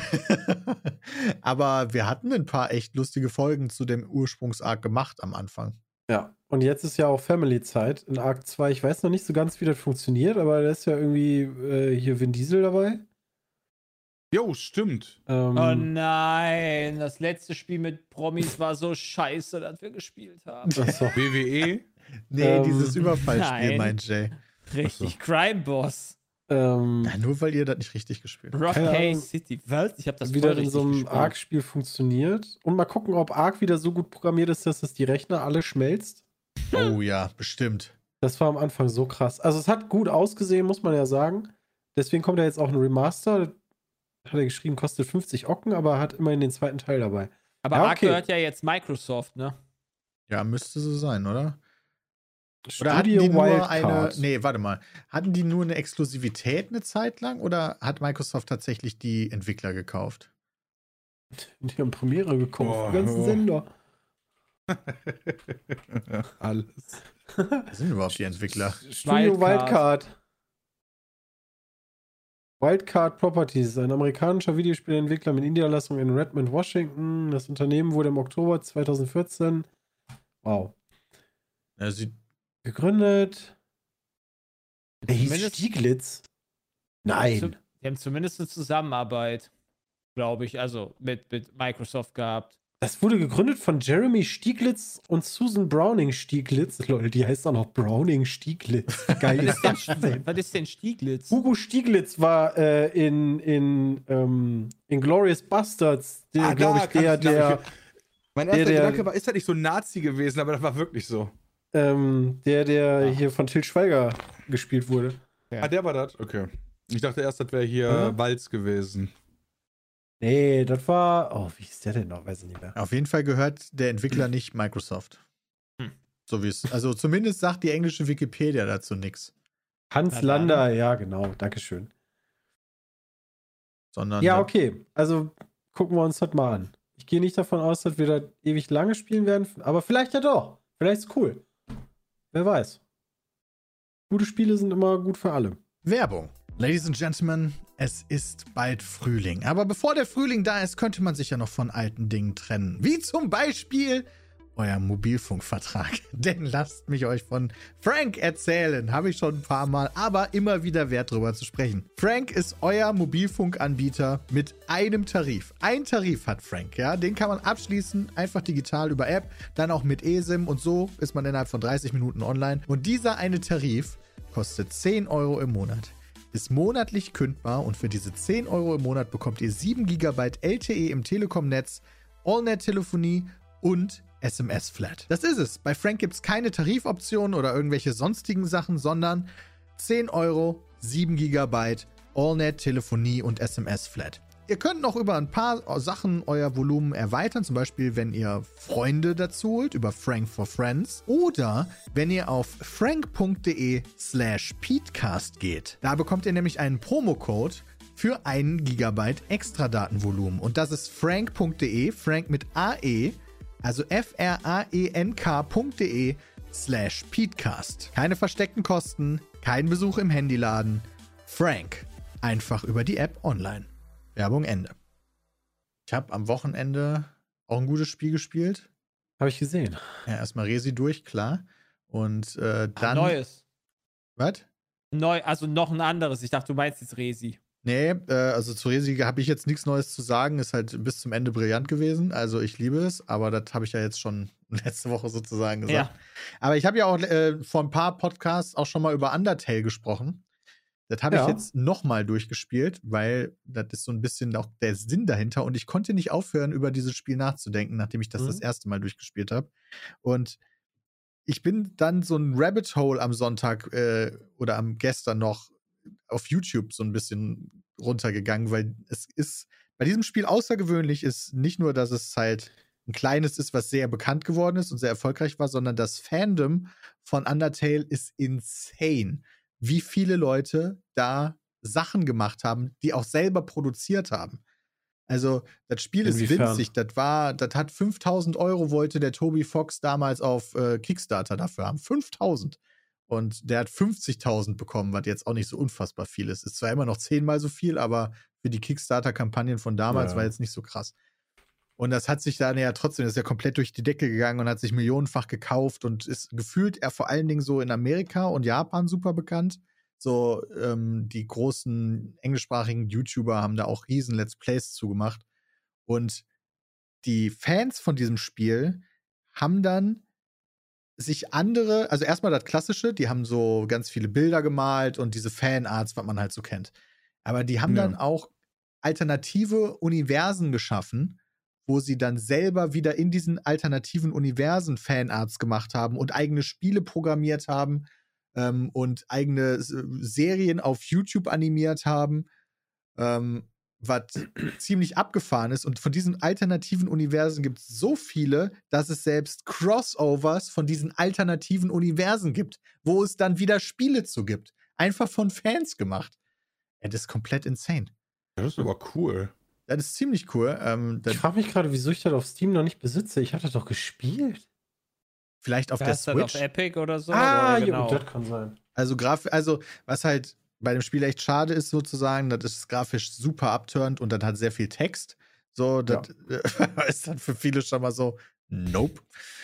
Aber wir hatten ein paar echt lustige Folgen zu dem Ursprungs-Ark gemacht am Anfang. Ja. Und jetzt ist ja auch Family-Zeit in Arc 2. Ich weiß noch nicht so ganz, wie das funktioniert, aber da ist ja irgendwie hier Vin Diesel dabei. Jo, stimmt. Oh nein, das letzte Spiel mit Promis war so scheiße, dass wir gespielt haben. Achso. WWE. Nee, dieses Überfallspiel, nein. meint Jay. Richtig, Crime Boss. Ja, nur weil ihr das nicht richtig gespielt habt. Keine Rockay Ahnung, City. Was? Ich habe das wieder voll in so einem richtig gespielt. Arc-Spiel funktioniert. Und mal gucken, ob Arc wieder so gut programmiert ist, dass es die Rechner alle schmelzt. Oh ja, bestimmt. Das war am Anfang so krass. Also es hat gut ausgesehen, muss man ja sagen. Deswegen kommt ja jetzt auch ein Remaster. Hat er geschrieben, kostet 50 Ocken, aber hat immerhin den zweiten Teil dabei. Aber Ja, Ark okay. gehört ja jetzt Microsoft, ne? Ja, müsste so sein, oder? Oder hatten die nur eine. Nee, warte mal. Hatten die nur eine Exklusivität eine Zeit lang oder hat Microsoft tatsächlich die Entwickler gekauft? Die haben Premiere gekauft, Oh, die ganzen oh. Sender. Alles. Wer sind überhaupt die Entwickler? Studio Wildcard. Wildcard. Wildcard Properties, ein amerikanischer Videospielentwickler mit Niederlassung in Redmond, Washington. Das Unternehmen wurde im Oktober 2014 Ja, sieht gegründet. Der hieß Zumindest- Stieglitz. Nein. Die haben zumindest eine Zusammenarbeit, glaube ich, also mit Microsoft gehabt. Das wurde gegründet von Jeremy Stieglitz und Susan Browning Stieglitz. Lol, die heißt auch noch Browning Stieglitz. Geil ist das denn? Was ist denn Stieglitz? Hugo Stieglitz war in Inglourious Bastards, Ah, glaube ich, der Mein erster der- Gedanke war, ist er nicht so ein Nazi gewesen, aber das war wirklich so. hier von Til Schweiger gespielt wurde. Ja. Ah, der war das? Okay. Ich dachte erst, das wäre hier Ja. Walz gewesen. Nee, das war. Oh, wie ist der denn noch? Weiß ich nicht mehr. auf jeden Fall gehört der Entwickler nicht Microsoft. So wie es. Also zumindest sagt die englische Wikipedia dazu nichts. Hans Na dann. Lander, ja, genau, Dankeschön. sondern Ja, okay. Also gucken wir uns das mal an. Ich gehe nicht davon aus, dass wir da ewig lange spielen werden, aber vielleicht ja doch. Vielleicht ist es cool. Wer weiß. Gute Spiele sind immer gut für alle. Werbung. Ladies and Gentlemen, es ist bald Frühling. Aber bevor der Frühling da ist, könnte man sich ja noch von alten Dingen trennen. Wie zum Beispiel euer Mobilfunkvertrag. Denn lasst mich euch von Frank erzählen. Habe ich schon ein paar Mal, aber immer wieder wert drüber zu sprechen. Frank ist euer Mobilfunkanbieter mit einem Tarif. Ein Tarif hat Frank, ja. Den kann man abschließen, einfach digital über App, dann auch mit eSIM und so ist man innerhalb von 30 Minuten online. Und dieser eine Tarif kostet 10 Euro im Monat. Ist monatlich kündbar und für diese 10 Euro im Monat bekommt ihr 7 GB LTE im Telekom-Netz, AllNet-Telefonie und SMS-Flat. Das ist es. Bei Frank gibt es keine Tarifoptionen oder irgendwelche sonstigen Sachen, sondern 10 Euro, 7 GB AllNet-Telefonie und SMS-Flat. Ihr könnt noch über ein paar Sachen euer Volumen erweitern, zum Beispiel, wenn ihr Freunde dazu holt, über Frank for Friends. Oder wenn ihr auf frank.de/peatcast geht. Da bekommt ihr nämlich einen Promocode für 1 GB extra Datenvolumen. Und das ist frank.de, Frank mit AE, also frank.de/peatcast. Keine versteckten Kosten, kein Besuch im Handyladen. Frank. Einfach über die App online. Werbung Ende. Ich habe am Wochenende auch ein gutes Spiel gespielt. Habe ich gesehen. Ja, erstmal Resi durch, klar. Und dann. Neues. Was? Neu, also noch ein anderes. Ich dachte, du meinst jetzt Resi. Nee, also zu Resi habe ich jetzt nichts Neues zu sagen. Ist halt bis zum Ende brillant gewesen. Also ich liebe es, aber das habe ich ja jetzt schon letzte Woche sozusagen gesagt. Ja. Aber ich habe ja auch vor ein paar Podcasts auch schon mal über Undertale gesprochen. Das habe ich jetzt nochmal durchgespielt, weil das ist so ein bisschen auch der Sinn dahinter. Und ich konnte nicht aufhören, über dieses Spiel nachzudenken, nachdem ich das erste Mal durchgespielt habe. Und ich bin dann so ein Rabbit Hole am Sonntag oder am gestern noch auf YouTube so ein bisschen runtergegangen, weil es ist bei diesem Spiel außergewöhnlich ist nicht nur, dass es halt ein kleines ist, was sehr bekannt geworden ist und sehr erfolgreich war, sondern das Fandom von Undertale ist insane. Wie viele Leute da Sachen gemacht haben, die auch selber produziert haben. Also, das Spiel ist winzig. Das hat 5.000 Euro wollte der Toby Fox damals auf Kickstarter dafür haben. 5.000. Und der hat 50.000 bekommen, was jetzt auch nicht so unfassbar viel ist. Ist zwar immer noch 10-mal so viel, aber für die Kickstarter-Kampagnen von damals war jetzt nicht so krass. Und das hat sich dann ja trotzdem, das ist ja komplett durch die Decke gegangen und hat sich millionenfach gekauft und ist gefühlt vor allen Dingen so in Amerika und Japan super bekannt. So, die großen englischsprachigen YouTuber haben da auch riesen Let's Plays zugemacht. Und die Fans von diesem Spiel haben dann sich also erstmal das Klassische, die haben so ganz viele Bilder gemalt und diese Fanarts, was man halt so kennt. Aber die haben dann auch alternative Universen geschaffen, wo sie dann selber wieder in diesen alternativen Universen Fanarts gemacht haben und eigene Spiele programmiert haben und eigene Serien auf YouTube animiert haben, was ziemlich abgefahren ist. Und von diesen alternativen Universen gibt es so viele, dass es selbst Crossovers von diesen alternativen Universen gibt, wo es dann wieder Spiele zu gibt. Einfach von Fans gemacht. Ja, das ist komplett insane. Das ist aber cool. Das ist ziemlich cool. Ich frage mich gerade, wieso ich das auf Steam noch nicht besitze. Ich hatte das doch gespielt. Vielleicht auf der Switch. Auf Epic oder so? Ah, oder genau. ja, das kann sein. Also was halt bei dem Spiel echt schade ist sozusagen, das ist grafisch super abturnt und dann hat sehr viel Text. So, das ist dann für viele schon mal so, nope.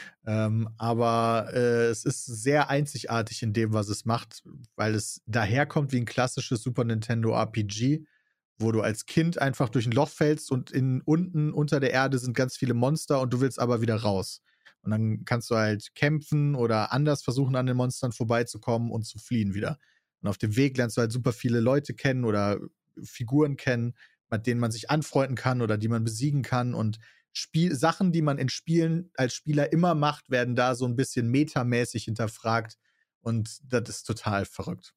Aber es ist sehr einzigartig in dem, was es macht, weil es daherkommt wie ein klassisches Super Nintendo RPG, wo du als Kind einfach durch ein Loch fällst und unten unter der Erde sind ganz viele Monster und du willst aber wieder raus. Und dann kannst du halt kämpfen oder anders versuchen, an den Monstern vorbeizukommen und zu fliehen wieder. Und auf dem Weg lernst du halt super viele Leute kennen oder Figuren kennen, mit denen man sich anfreunden kann oder die man besiegen kann. Und Sachen, die man in Spielen als Spieler immer macht, werden da so ein bisschen metamäßig hinterfragt. Und das ist total verrückt.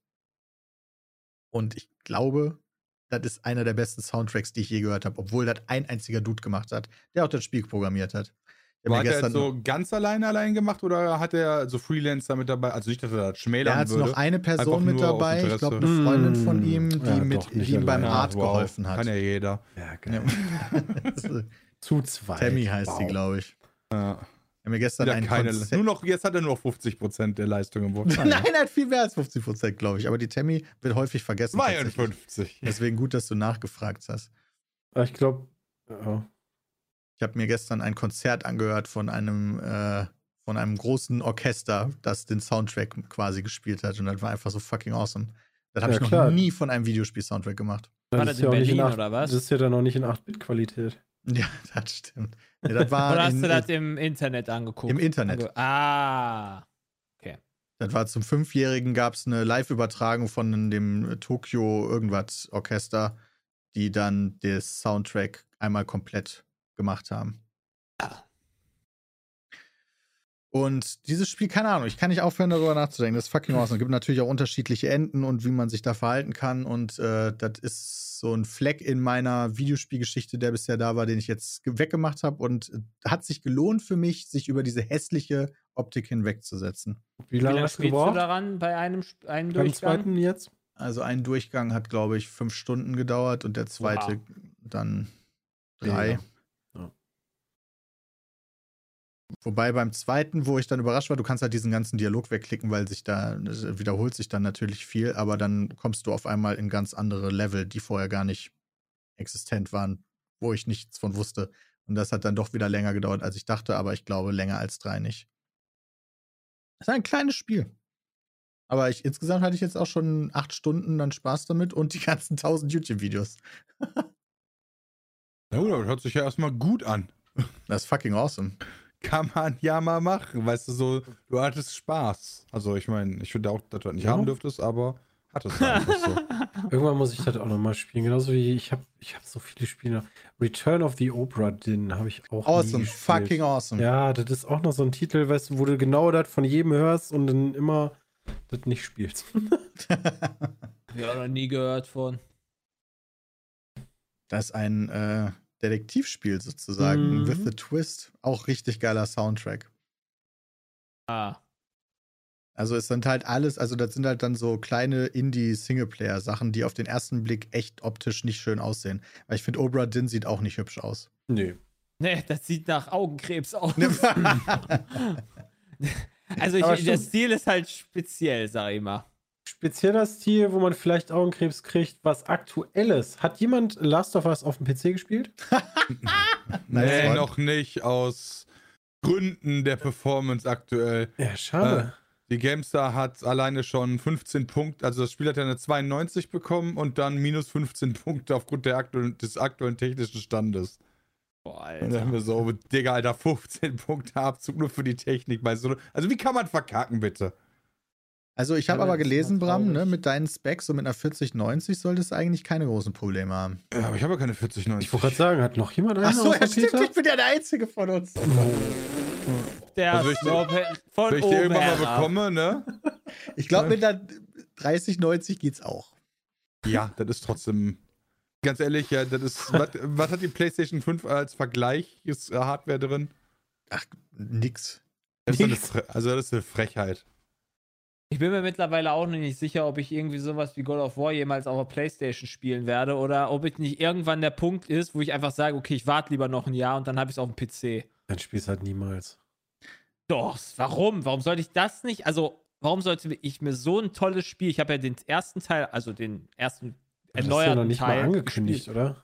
Und ich glaube, das ist einer der besten Soundtracks, die ich je gehört habe, obwohl das ein einziger Dude gemacht hat, der auch das Spiel programmiert hat. Ich Ich hab Hat mir er jetzt gestern so ganz allein gemacht oder hat er so Freelancer mit dabei? Also nicht, dass er das Er schmälern hat würde. noch eine Person Einfach mit nur aus dabei, ich Interesse. glaube eine Freundin von ihm, die, Ja, mit, doch, nicht die ihm beim alleine. Art geholfen hat. Kann ja jeder. Ja, geil. Ja. Zu zweit. Tammy heißt die, Wow. glaube ich. Ja. Ich hab mir gestern Wieder ein keine, Konzept... nur noch, jetzt hat er nur noch 50% der Leistung im Wurf. Nein, er hat viel mehr als 50%, glaube ich. Aber die Tammy wird häufig vergessen. tatsächlich. 52. Deswegen gut, dass du nachgefragt hast. Aber ich glaube, ja. Ich habe mir gestern ein Konzert angehört von einem großen Orchester, das den Soundtrack quasi gespielt hat. Und das war einfach so fucking awesome. Das habe Ja, ich noch klar. nie von einem Videospiel-Soundtrack gemacht. War das in auch nicht Berlin, 8 oder was? Das ist ja dann auch nicht in 8-Bit-Qualität. Ja, das stimmt. Nee, das war Oder hast du das im Internet angeguckt? im Internet. Das war zum 5-Jährigen, gab es eine Live-Übertragung von dem Tokyo irgendwas Orchester, die dann den Soundtrack einmal komplett gemacht haben. Und dieses Spiel, keine Ahnung, ich kann nicht aufhören, darüber nachzudenken. Das ist fucking awesome. Es gibt natürlich auch unterschiedliche Enden und wie man sich da verhalten kann. Und das ist so ein Fleck in meiner Videospielgeschichte, der bisher da war, den ich jetzt weggemacht habe. Und hat sich gelohnt für mich, sich über diese hässliche Optik hinwegzusetzen. Wie Wie lange lange hast du spielst du gebraucht? daran bei einem Beim Durchgang? zweiten jetzt? Also ein Durchgang hat, glaube ich, 5 Stunden gedauert und der zweite dann 3. Ja. Ja. Wobei beim zweiten, wo ich dann überrascht war, du kannst halt diesen ganzen Dialog wegklicken, weil sich da wiederholt sich dann natürlich viel, aber dann kommst du auf einmal in ganz andere Level, die vorher gar nicht existent waren, wo ich nichts von wusste. Und das hat dann doch wieder länger gedauert, als ich dachte, aber ich glaube, länger als 3 nicht. Das ist ein kleines Spiel. Aber insgesamt hatte ich jetzt auch schon 8 Stunden dann Spaß damit und die ganzen 1000 YouTube-Videos. Ja, das hört sich ja erstmal gut an. Das ist fucking awesome. Kann man ja mal machen. Weißt du, so, du hattest Spaß. Also, ich meine, ich finde auch, dass du das nicht haben dürftest, aber hattest du einfach so. Irgendwann muss ich das auch nochmal spielen. Genauso wie ich hab so viele Spiele. Return of the Obra Dinn habe ich auch nie Awesome, gespielt. fucking awesome. Ja, das ist auch noch so ein Titel, weißt du, wo du genau das von jedem hörst und dann immer das nicht spielst. Ja, noch nie gehört von. Das ist ein Detektivspiel sozusagen, Mhm. with a twist. Auch richtig geiler Soundtrack. Also es sind halt alles, also das sind halt dann so kleine Indie-Singleplayer-Sachen, die auf den ersten Blick echt optisch nicht schön aussehen. Weil ich finde, Obra Dinn sieht auch nicht hübsch aus. Nee. Nee, das sieht nach Augenkrebs aus. Ja, Also Aber der stimmt. Stil ist halt speziell, sag ich mal. Spezieller Stil, wo man vielleicht Augenkrebs kriegt, was Aktuelles. Hat jemand Last of Us auf dem PC gespielt? Nee, one. noch nicht. Aus Gründen der Performance aktuell. Ja, schade. Die GameStar hat alleine schon 15 Punkte, also das Spiel hat ja eine 92 bekommen und dann minus 15 Punkte aufgrund des aktuellen technischen Standes. Boah, Und dann haben wir so, Digga, Alter, 15 Punkte Abzug nur für die Technik. Bei so, also wie kann man verkacken, bitte? Also ich habe Ja, aber das ist gelesen, mal Bram, ne, traurig. mit deinen Specs, so mit einer 4090 solltest du eigentlich keine großen Probleme haben. Ja, aber ich habe ja keine 4090. Ich wollte gerade sagen, hat noch jemand einen Achso, auf ja, dem stimmt, Peter? ich bin ja der Einzige von uns. Der Also ich- von Wenn ich die oben irgendwann mal herab. bekomme, ne? Ich glaube, mit der 3090 geht's auch. Ja, das ist trotzdem, ganz ehrlich, ja, das ist, was hat die PlayStation 5 als Vergleichs-Hardware drin? Ach, nix. Das ist das ist eine Frechheit. Ich bin mir mittlerweile auch noch nicht sicher, ob ich irgendwie sowas wie God of War jemals auf der Playstation spielen werde oder ob es nicht irgendwann der Punkt ist, wo ich einfach sage, okay, ich warte lieber noch ein Jahr und dann habe ich es auf dem PC. Dann spielst du halt niemals. Doch, warum? Warum sollte ich das nicht? Also, warum sollte ich mir so ein tolles Spiel, ich habe ja den ersten Teil, also den ersten Das ist ja erneuerten noch nicht Teil mal angekündigt, gespielt. oder?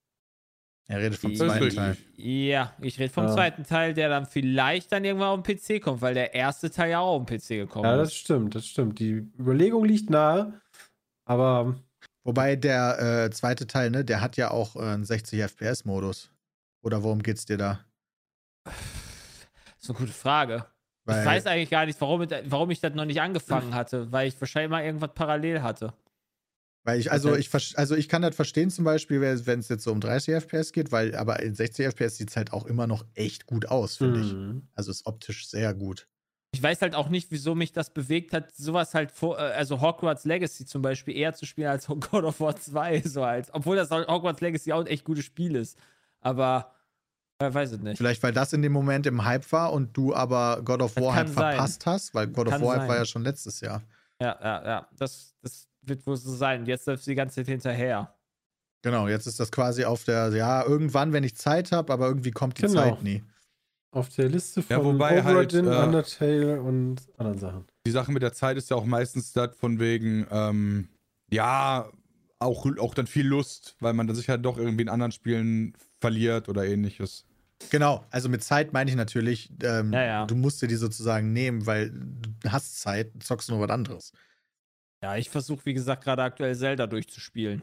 Er redet vom Das ist zweiten richtig. Teil. Ja, ich rede vom Ja. zweiten Teil, der dann vielleicht dann irgendwann auf den PC kommt, weil der erste Teil ja auch auf den PC gekommen Ja, das ist. stimmt, das stimmt. Die Überlegung liegt nahe, aber Wobei der zweite Teil, ne, der hat ja auch einen 60 FPS-Modus. Oder worum geht's dir da? Das ist eine gute Frage. Weil, Ich weiß eigentlich gar nicht, warum ich das noch nicht angefangen hatte, weil ich wahrscheinlich mal irgendwas parallel hatte. Weil ich kann das verstehen zum Beispiel, wenn es jetzt so um 30 FPS geht, aber in 60 FPS sieht es halt auch immer noch echt gut aus, finde ich. Also ist optisch sehr gut. Ich weiß halt auch nicht, wieso mich das bewegt hat, sowas halt also Hogwarts Legacy zum Beispiel eher zu spielen als God of War 2, obwohl das Hogwarts Legacy auch ein echt gutes Spiel ist. Aber Weiß ich nicht. Vielleicht, weil das in dem Moment im Hype war und du aber God of Das War halt kann sein. verpasst hast, weil God of Kann War sein. war ja schon letztes Jahr. Ja. Das wird wohl so sein. Jetzt läuft sie die ganze Zeit hinterher. Genau, jetzt ist das quasi auf der, ja, irgendwann, wenn ich Zeit habe, aber irgendwie kommt die Genau. Zeit nie. Auf der Liste von Ja, wobei halt, Undertale und anderen Sachen. Die Sache mit der Zeit ist ja auch meistens das von wegen, ja, auch dann viel Lust, weil man dann sich halt doch irgendwie in anderen Spielen verliert oder ähnliches. Genau, also mit Zeit meine ich natürlich, Ja. du musst dir die sozusagen nehmen, weil du hast Zeit, zockst nur was anderes. Ja, ich versuche, wie gesagt, gerade aktuell Zelda durchzuspielen.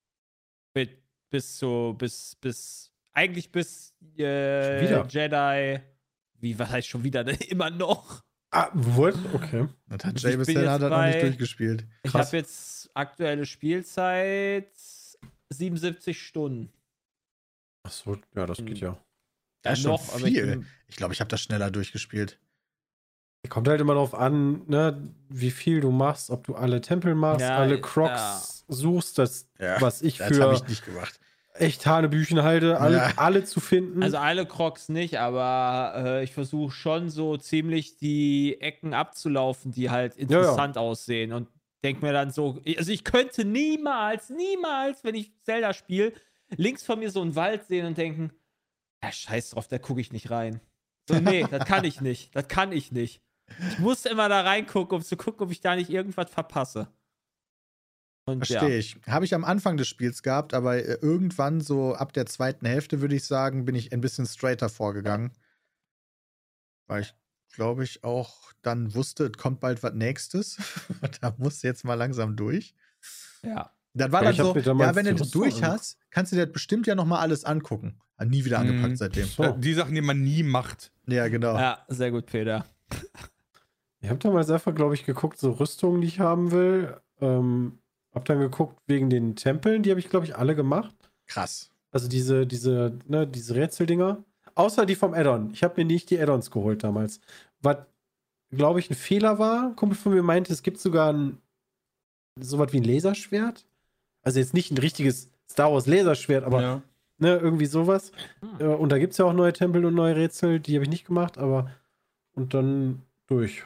Eigentlich bis wieder? Jedi. Was heißt schon wieder? Immer noch. Ah, what? Okay. Das hat Ich Jay bin bisher jetzt hat er noch nicht bei- durchgespielt. Ich Krass. habe jetzt aktuelle Spielzeit 77 Stunden. Achso, ja, das geht ja. Das ist schon aber viel. Ich glaube, ich habe das schneller durchgespielt. Kommt halt immer darauf an, ne, wie viel du machst, ob du alle Tempel machst, Ja, alle Crocs suchst, das, Ja, was ich Das habe für ich nicht gemacht. echt Hanebüchen halte, alle zu finden. Also alle Crocs nicht, aber ich versuche schon so ziemlich die Ecken abzulaufen, die halt interessant aussehen. Und denke mir dann so, also ich könnte niemals, wenn ich Zelda spiele, links von mir so einen Wald sehen und denken, ja, scheiß drauf, da gucke ich nicht rein. So, nee, das kann ich nicht. Ich muss immer da reingucken, um zu gucken, ob ich da nicht irgendwas verpasse. Und Verstehe ich. Habe ich am Anfang des Spiels gehabt, aber irgendwann so ab der zweiten Hälfte, würde ich sagen, bin ich ein bisschen straighter vorgegangen. Weil ich, glaube ich, auch dann wusste, es kommt bald was Nächstes. Da musst du jetzt mal langsam durch. Ja. Dann war Ja, dann ich hab so, mir damals ja, wenn die du das Rüstung durch hast, kannst du dir das bestimmt ja noch mal alles angucken. Hat nie wieder angepackt seitdem. So. Die Sachen, die man nie macht. Ja, genau. Ja, sehr gut, Peter. Ich habe damals einfach, glaube ich, geguckt, so Rüstungen, die ich haben will. Hab dann geguckt wegen den Tempeln, die habe ich, glaube ich, alle gemacht. Krass. Also diese Rätseldinger. Außer die vom Add-on. Ich habe mir nicht die Add-ons geholt damals. Was, glaube ich, ein Fehler war. Ein Kumpel von mir meinte, es gibt sogar sowas wie ein Laserschwert. Also jetzt nicht ein richtiges Star Wars Laserschwert, aber Ja. ne, irgendwie sowas. Und da gibt es ja auch neue Tempel und neue Rätsel. Die habe ich nicht gemacht, aber und dann durch.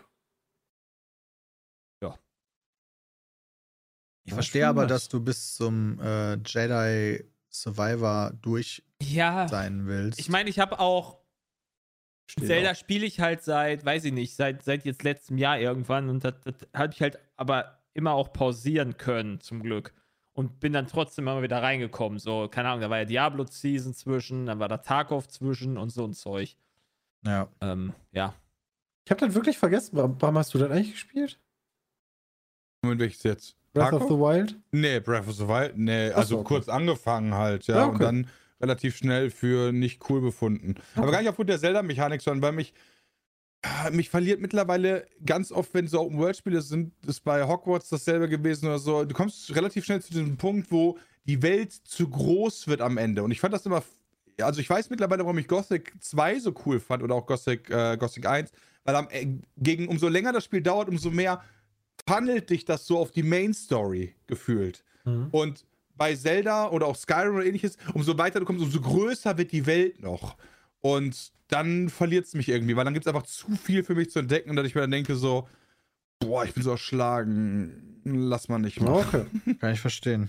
Ich Ja, verstehe schon aber, was. dass du bis zum Jedi Survivor durch Ja, sein willst. ich meine, ich habe auch Steht Zelda auch. spiele ich halt seit, weiß ich nicht, seit jetzt letztem Jahr irgendwann und das habe ich halt aber immer auch pausieren können, zum Glück. Und bin dann trotzdem immer wieder reingekommen. So, keine Ahnung, da war ja Diablo-Season zwischen, dann war da Tarkov zwischen und so ein Zeug. ja. Ja. Ich habe dann wirklich vergessen, warum hast du das eigentlich gespielt? Moment, welches jetzt? Breath of the Wild? Nee, Breath of the Wild, nee, Ach also so, okay. kurz angefangen halt, ja, Ja, okay. und dann relativ schnell für nicht cool befunden. Aber gar nicht aufgrund der Zelda-Mechanik, sondern weil mich verliert mittlerweile ganz oft, wenn so Open-World-Spiele sind, ist bei Hogwarts dasselbe gewesen oder so, du kommst relativ schnell zu diesem Punkt, wo die Welt zu groß wird am Ende. Und ich fand das immer, also ich weiß mittlerweile, warum ich Gothic 2 so cool fand oder auch Gothic 1, weil umso länger das Spiel dauert, umso mehr funnelt dich das so auf die Main-Story gefühlt. Mhm. Und bei Zelda oder auch Skyrim oder ähnliches, umso weiter du kommst, umso größer wird die Welt noch. Und dann verliert es mich irgendwie, weil dann gibt es einfach zu viel für mich zu entdecken und dass ich mir dann denke so, boah, ich bin so erschlagen, lass mal nicht machen. Okay. Kann ich verstehen.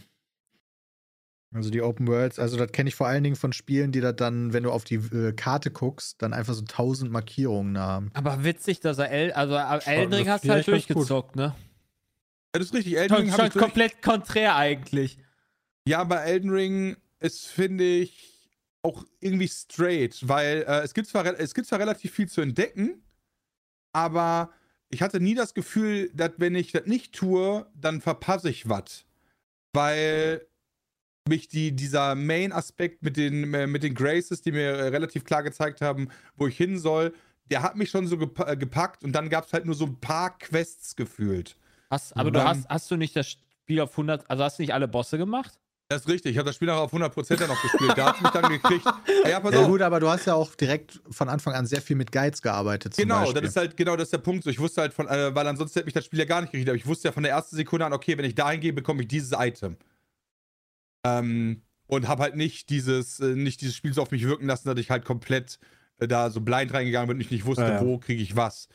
Also die Open Worlds, also das kenne ich vor allen Dingen von Spielen, die da dann, wenn du auf die Karte guckst, dann einfach so 1000 Markierungen haben. Aber witzig, dass Elden Ring das hast du halt vielleicht ganz gut. durchgezockt, ne? Ja, das ist richtig, Elden Ring habe Schon ich durch. komplett konträr eigentlich. Ja, bei Elden Ring ist, finde ich, auch irgendwie straight, weil es gibt zwar relativ viel zu entdecken, aber ich hatte nie das Gefühl, dass wenn ich das nicht tue, dann verpasse ich was. Weil mich dieser Main-Aspekt mit den Graces, die mir relativ klar gezeigt haben, wo ich hin soll, der hat mich schon so gepackt und dann gab es halt nur so ein paar Quests gefühlt. Aber hast du nicht das Spiel auf 100, also hast du nicht alle Bosse gemacht? Das ist richtig, ich habe das Spiel nachher auf 100% dann noch gespielt. Da hat es mich dann gekriegt. Ja, pass Ja auf. gut, aber du hast ja auch direkt von Anfang an sehr viel mit Guides gearbeitet. Zum Genau, Beispiel. das ist halt, das ist der Punkt. So, ich wusste halt weil ansonsten hätte mich das Spiel ja gar nicht gekriegt, aber ich wusste ja von der ersten Sekunde an, okay, wenn ich dahin gehe, bekomme ich dieses Item. Und habe halt nicht dieses Spiel so auf mich wirken lassen, dass ich halt komplett da so blind reingegangen bin und ich nicht wusste, wo kriege ich was.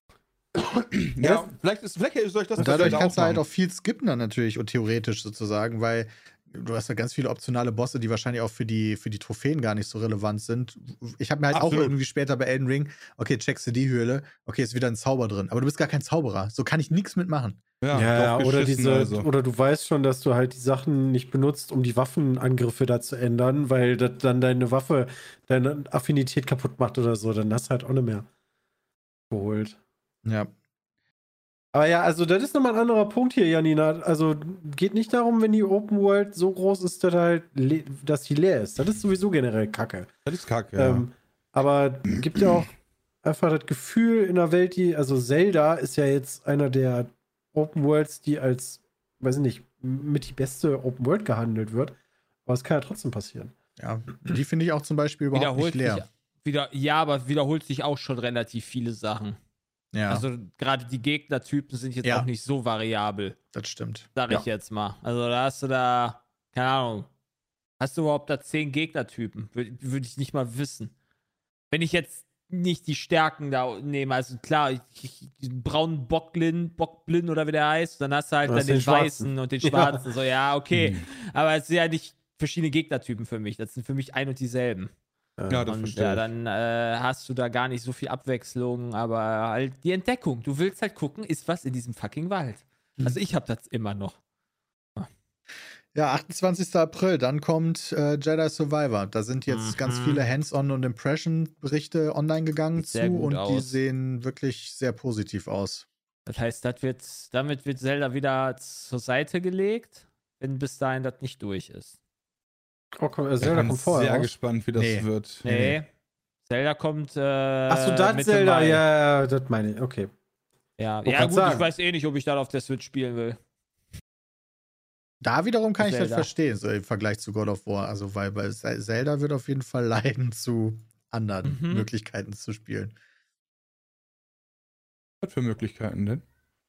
Ja, vielleicht ist euch das und dadurch auch kannst du halt machen. auch viel skippen dann natürlich und theoretisch sozusagen, weil du hast ja ganz viele optionale Bosse, die wahrscheinlich auch für die Trophäen gar nicht so relevant sind. Ich habe mir halt auch irgendwie später bei Elden Ring, okay, checkst du die Höhle, okay, ist wieder ein Zauber drin, aber du bist gar kein Zauberer, so kann ich nichts mitmachen. Ja, drauf oder geschissen, also. oder du weißt schon, dass du halt die Sachen nicht benutzt, um die Waffenangriffe da zu ändern, weil das dann deine Waffe, deine Affinität kaputt macht oder so, dann hast du halt auch nicht mehr geholt. Ja. Aber ja, also das ist nochmal ein anderer Punkt hier, Janina. Also geht nicht darum, wenn die Open World so groß ist, dass halt dass die leer ist. Das ist sowieso generell Kacke. Das ist kacke, ja. Aber gibt ja auch einfach das Gefühl in der Welt, also Zelda ist ja jetzt einer der Open Worlds, die als, weiß ich nicht, mit die beste Open World gehandelt wird. Aber es kann ja trotzdem passieren. Ja, die finde ich auch zum Beispiel überhaupt nicht leer. Aber wiederholt sich auch schon relativ viele Sachen. Ja, Also gerade die Gegnertypen sind jetzt auch nicht so variabel, das stimmt. sag ich jetzt mal. Also da hast du keine Ahnung, hast du überhaupt da 10 Gegnertypen? Würde ich nicht mal wissen. Wenn ich jetzt nicht die Stärken da nehme, also klar, den braunen Bockblind oder wie der heißt, dann hast du halt dann den weißen und den schwarzen. So, ja, okay. Aber es sind ja nicht verschiedene Gegnertypen für mich. Das sind für mich ein und dieselben. Ja, das verstehe ich. Dann hast du da gar nicht so viel Abwechslung, aber halt die Entdeckung. Du willst halt gucken, ist was in diesem fucking Wald. Also ich hab das immer noch. Ja, 28. April, dann kommt Jedi Survivor. Da sind jetzt ganz viele Hands-on und Impression-Berichte online gegangen zu und die sehen wirklich sehr positiv aus. Das heißt, damit wird Zelda wieder zur Seite gelegt, wenn bis dahin das nicht durch ist. Zelda kommt vorher. Ich bin sehr raus. gespannt, wie das wird. Nee. Zelda kommt. Achso, das Zelda, ja, das meine ich, okay. Ja, gut, ich weiß eh nicht, ob ich das auf der Switch spielen will. Da wiederum kann ich das verstehen, so im Vergleich zu God of War. Also, weil bei Zelda wird auf jeden Fall leiden, zu anderen Möglichkeiten zu spielen. Was für Möglichkeiten denn?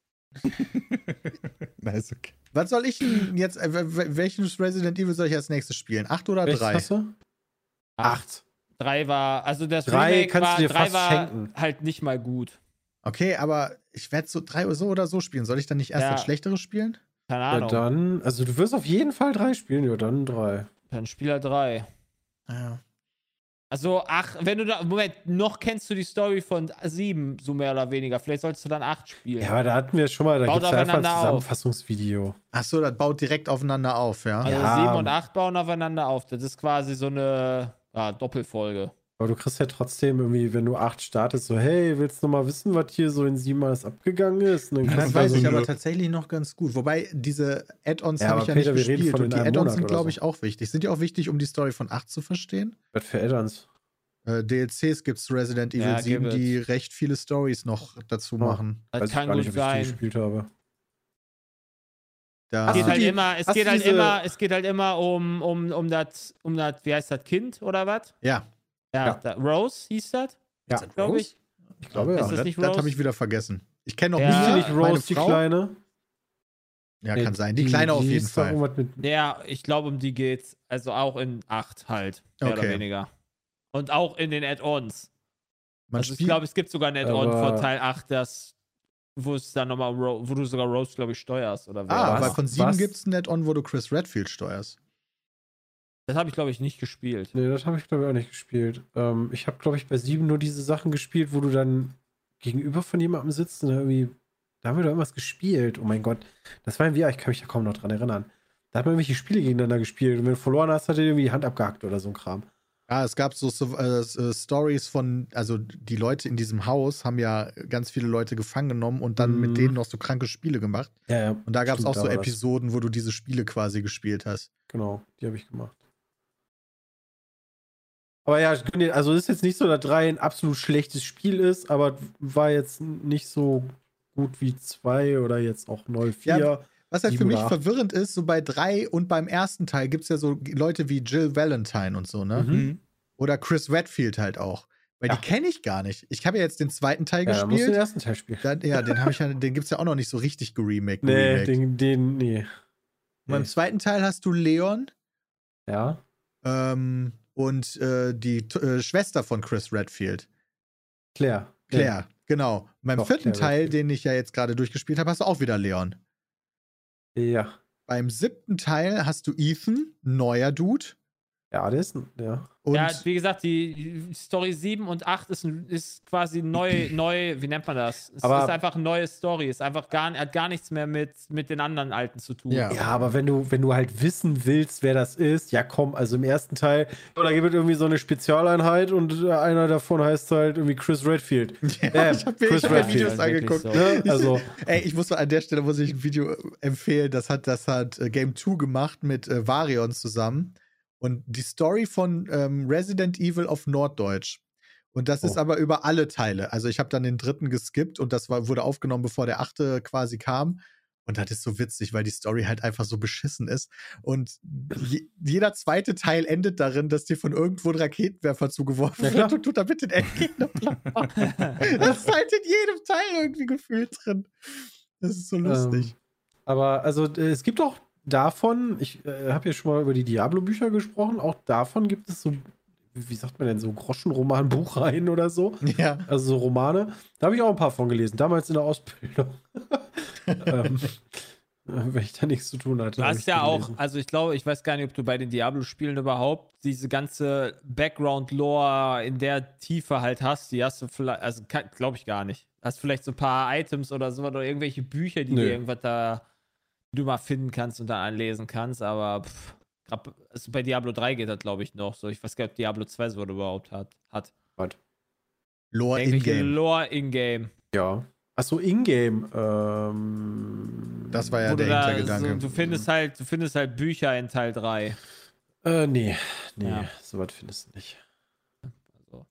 Nice, okay. Was soll ich denn jetzt, welches Resident Evil soll ich als nächstes spielen? 8 oder 3? 8. 3 war, also das 3 Remake kannst du dir 3 fast war schenken. halt nicht mal gut. Okay, aber ich werde so 3 so oder so spielen. Soll ich dann nicht erst das Schlechteres spielen? Keine Ahnung. Ja, dann, also du wirst auf jeden Fall 3 spielen, ja, dann 3. Dann Spieler 3. Ja. Also, wenn du da, Moment, noch kennst du die Story von 7, so mehr oder weniger. Vielleicht solltest du dann 8 spielen. Ja, aber da hatten wir schon mal, da gibt es einfach ein Zusammenfassungsvideo. Achso, das baut direkt aufeinander auf, ja? Also 7 und 8 bauen aufeinander auf. Das ist quasi so eine Doppelfolge. Aber du kriegst ja trotzdem irgendwie, wenn du 8 startest, so, hey, willst du mal wissen, was hier so in 7 alles abgegangen ist? Und dann Das weiß ich aber tatsächlich noch ganz gut. Wobei, diese Add-ons habe ich ja nicht gespielt. Und die Add-ons sind, glaube ich, auch wichtig. Sind die auch wichtig, um die Story von 8 zu verstehen? Was für Add-ons? DLCs gibt es Resident Evil 7, die recht viele Stories noch dazu machen. Das kann gut sein. Ich gespielt habe. Es geht halt immer um das, wie heißt das, Kind oder was? Ja. Ja. Rose hieß das? Ja, glaube ich. Ich glaube, ja. Das habe ich wieder vergessen. Ich kenne noch nicht Rose, die Kleine. Ja, kann sein. Die Kleine auf jeden Fall. Ja, ich glaube, um die geht's. Also auch in 8 halt, mehr oder weniger. Und auch in den Add-ons. Also ich glaube, es gibt sogar ein Add-on von Teil 8, wo es dann nochmal, wo du sogar Rose, glaube ich, steuerst. Oder weil von 7 gibt es ein Add-on, wo du Chris Redfield steuerst. Das habe ich, glaube ich, nicht gespielt. Nee, das habe ich, glaube ich, auch nicht gespielt. Ich habe, glaube ich, bei 7 nur diese Sachen gespielt, wo du dann gegenüber von jemandem sitzt und irgendwie, da haben wir doch irgendwas gespielt. Oh mein Gott. Das war ein VR, ich kann mich da kaum noch dran erinnern. Da hat man irgendwelche Spiele gegeneinander gespielt und wenn du verloren hast, hat er irgendwie die Hand abgehackt oder so ein Kram. Ja, es gab so Stories von, also die Leute in diesem Haus haben ja ganz viele Leute gefangen genommen und dann mit denen noch so kranke Spiele gemacht. Ja. Und da gab es auch so Episoden, wo du diese Spiele quasi gespielt hast. Genau, die habe ich gemacht. Aber ja, also es ist jetzt nicht so, dass 3 ein absolut schlechtes Spiel ist, aber war jetzt nicht so gut wie 2 oder jetzt auch 04. Ja, was halt für mich verwirrend ist, so bei 3 und beim ersten Teil gibt es ja so Leute wie Jill Valentine und so, ne? Oder Chris Redfield halt auch. Weil die kenne ich gar nicht. Ich habe ja jetzt den zweiten Teil gespielt. Musst du den ersten Teil spielen. Den gibt es ja auch noch nicht so richtig geremaked. Nee. Und beim zweiten Teil hast du Leon, Ja. Und die Schwester von Chris Redfield. Claire. Claire, genau. Beim Doch, 4. Claire Teil, Redfield. den ich ja jetzt gerade durchgespielt habe, hast du auch wieder Leon. Ja. Beim 7. Teil hast du Ethan, neuer Dude. Ja, der ist, ja. Und Ja, wie gesagt, die Story 7 und 8 ist quasi neu, wie nennt man das? Es Aber- ist einfach eine neue Story. Ist einfach hat gar nichts mehr mit den anderen alten zu tun. Ja. Ja, aber wenn du halt wissen willst, wer das ist, ja komm, also im ersten Teil, da gibt es irgendwie so eine Spezialeinheit und einer davon heißt halt irgendwie Chris Redfield. ja, ich habe mir Chris Videos Redfield, angeguckt. so. Ne? Also, Ey, an der Stelle muss ich ein Video empfehlen. Das hat Game 2 gemacht mit Varion zusammen. Und die Story von Resident Evil auf Norddeutsch. Und das ist aber über alle Teile. Also ich habe dann den 3. geskippt und das wurde aufgenommen, bevor der 8. quasi kam. Und das ist so witzig, weil die Story halt einfach so beschissen ist. Und jeder 2. Teil endet darin, dass dir von irgendwo ein Raketenwerfer zugeworfen wird und tut damit den Endgegner platt machen. Das ist halt in jedem Teil irgendwie gefühlt drin. Das ist so lustig. aber also es gibt auch davon, ich habe ja schon mal über die Diablo-Bücher gesprochen, auch davon gibt es so, wie sagt man denn, so Groschenroman-Buchreihen oder so. Ja. Also so Romane. Da habe ich auch ein paar von gelesen, damals in der Ausbildung. Wenn ich da nichts zu tun hatte. Du hab hast ich ja die auch, gelesen. also ich glaube, ich weiß gar nicht, ob du bei den Diablo-Spielen überhaupt diese ganze Background-Lore in der Tiefe halt hast. Die hast du vielleicht, also glaube ich gar nicht. Hast vielleicht so ein paar Items oder so oder irgendwelche Bücher, die Nö. dir irgendwas da die du mal finden kannst und dann anlesen kannst, aber also bei Diablo 3 geht das, glaube ich, noch so. Ich weiß gar nicht, ob Diablo 2 so überhaupt hat. Lore Irgendwelche in-game. Lore in-game. Ja. Achso, Ingame. Das war ja Wo du der da Hintergedanke. so, du findest halt Bücher in Teil 3. Nee, Ja. sowas findest du nicht. Also.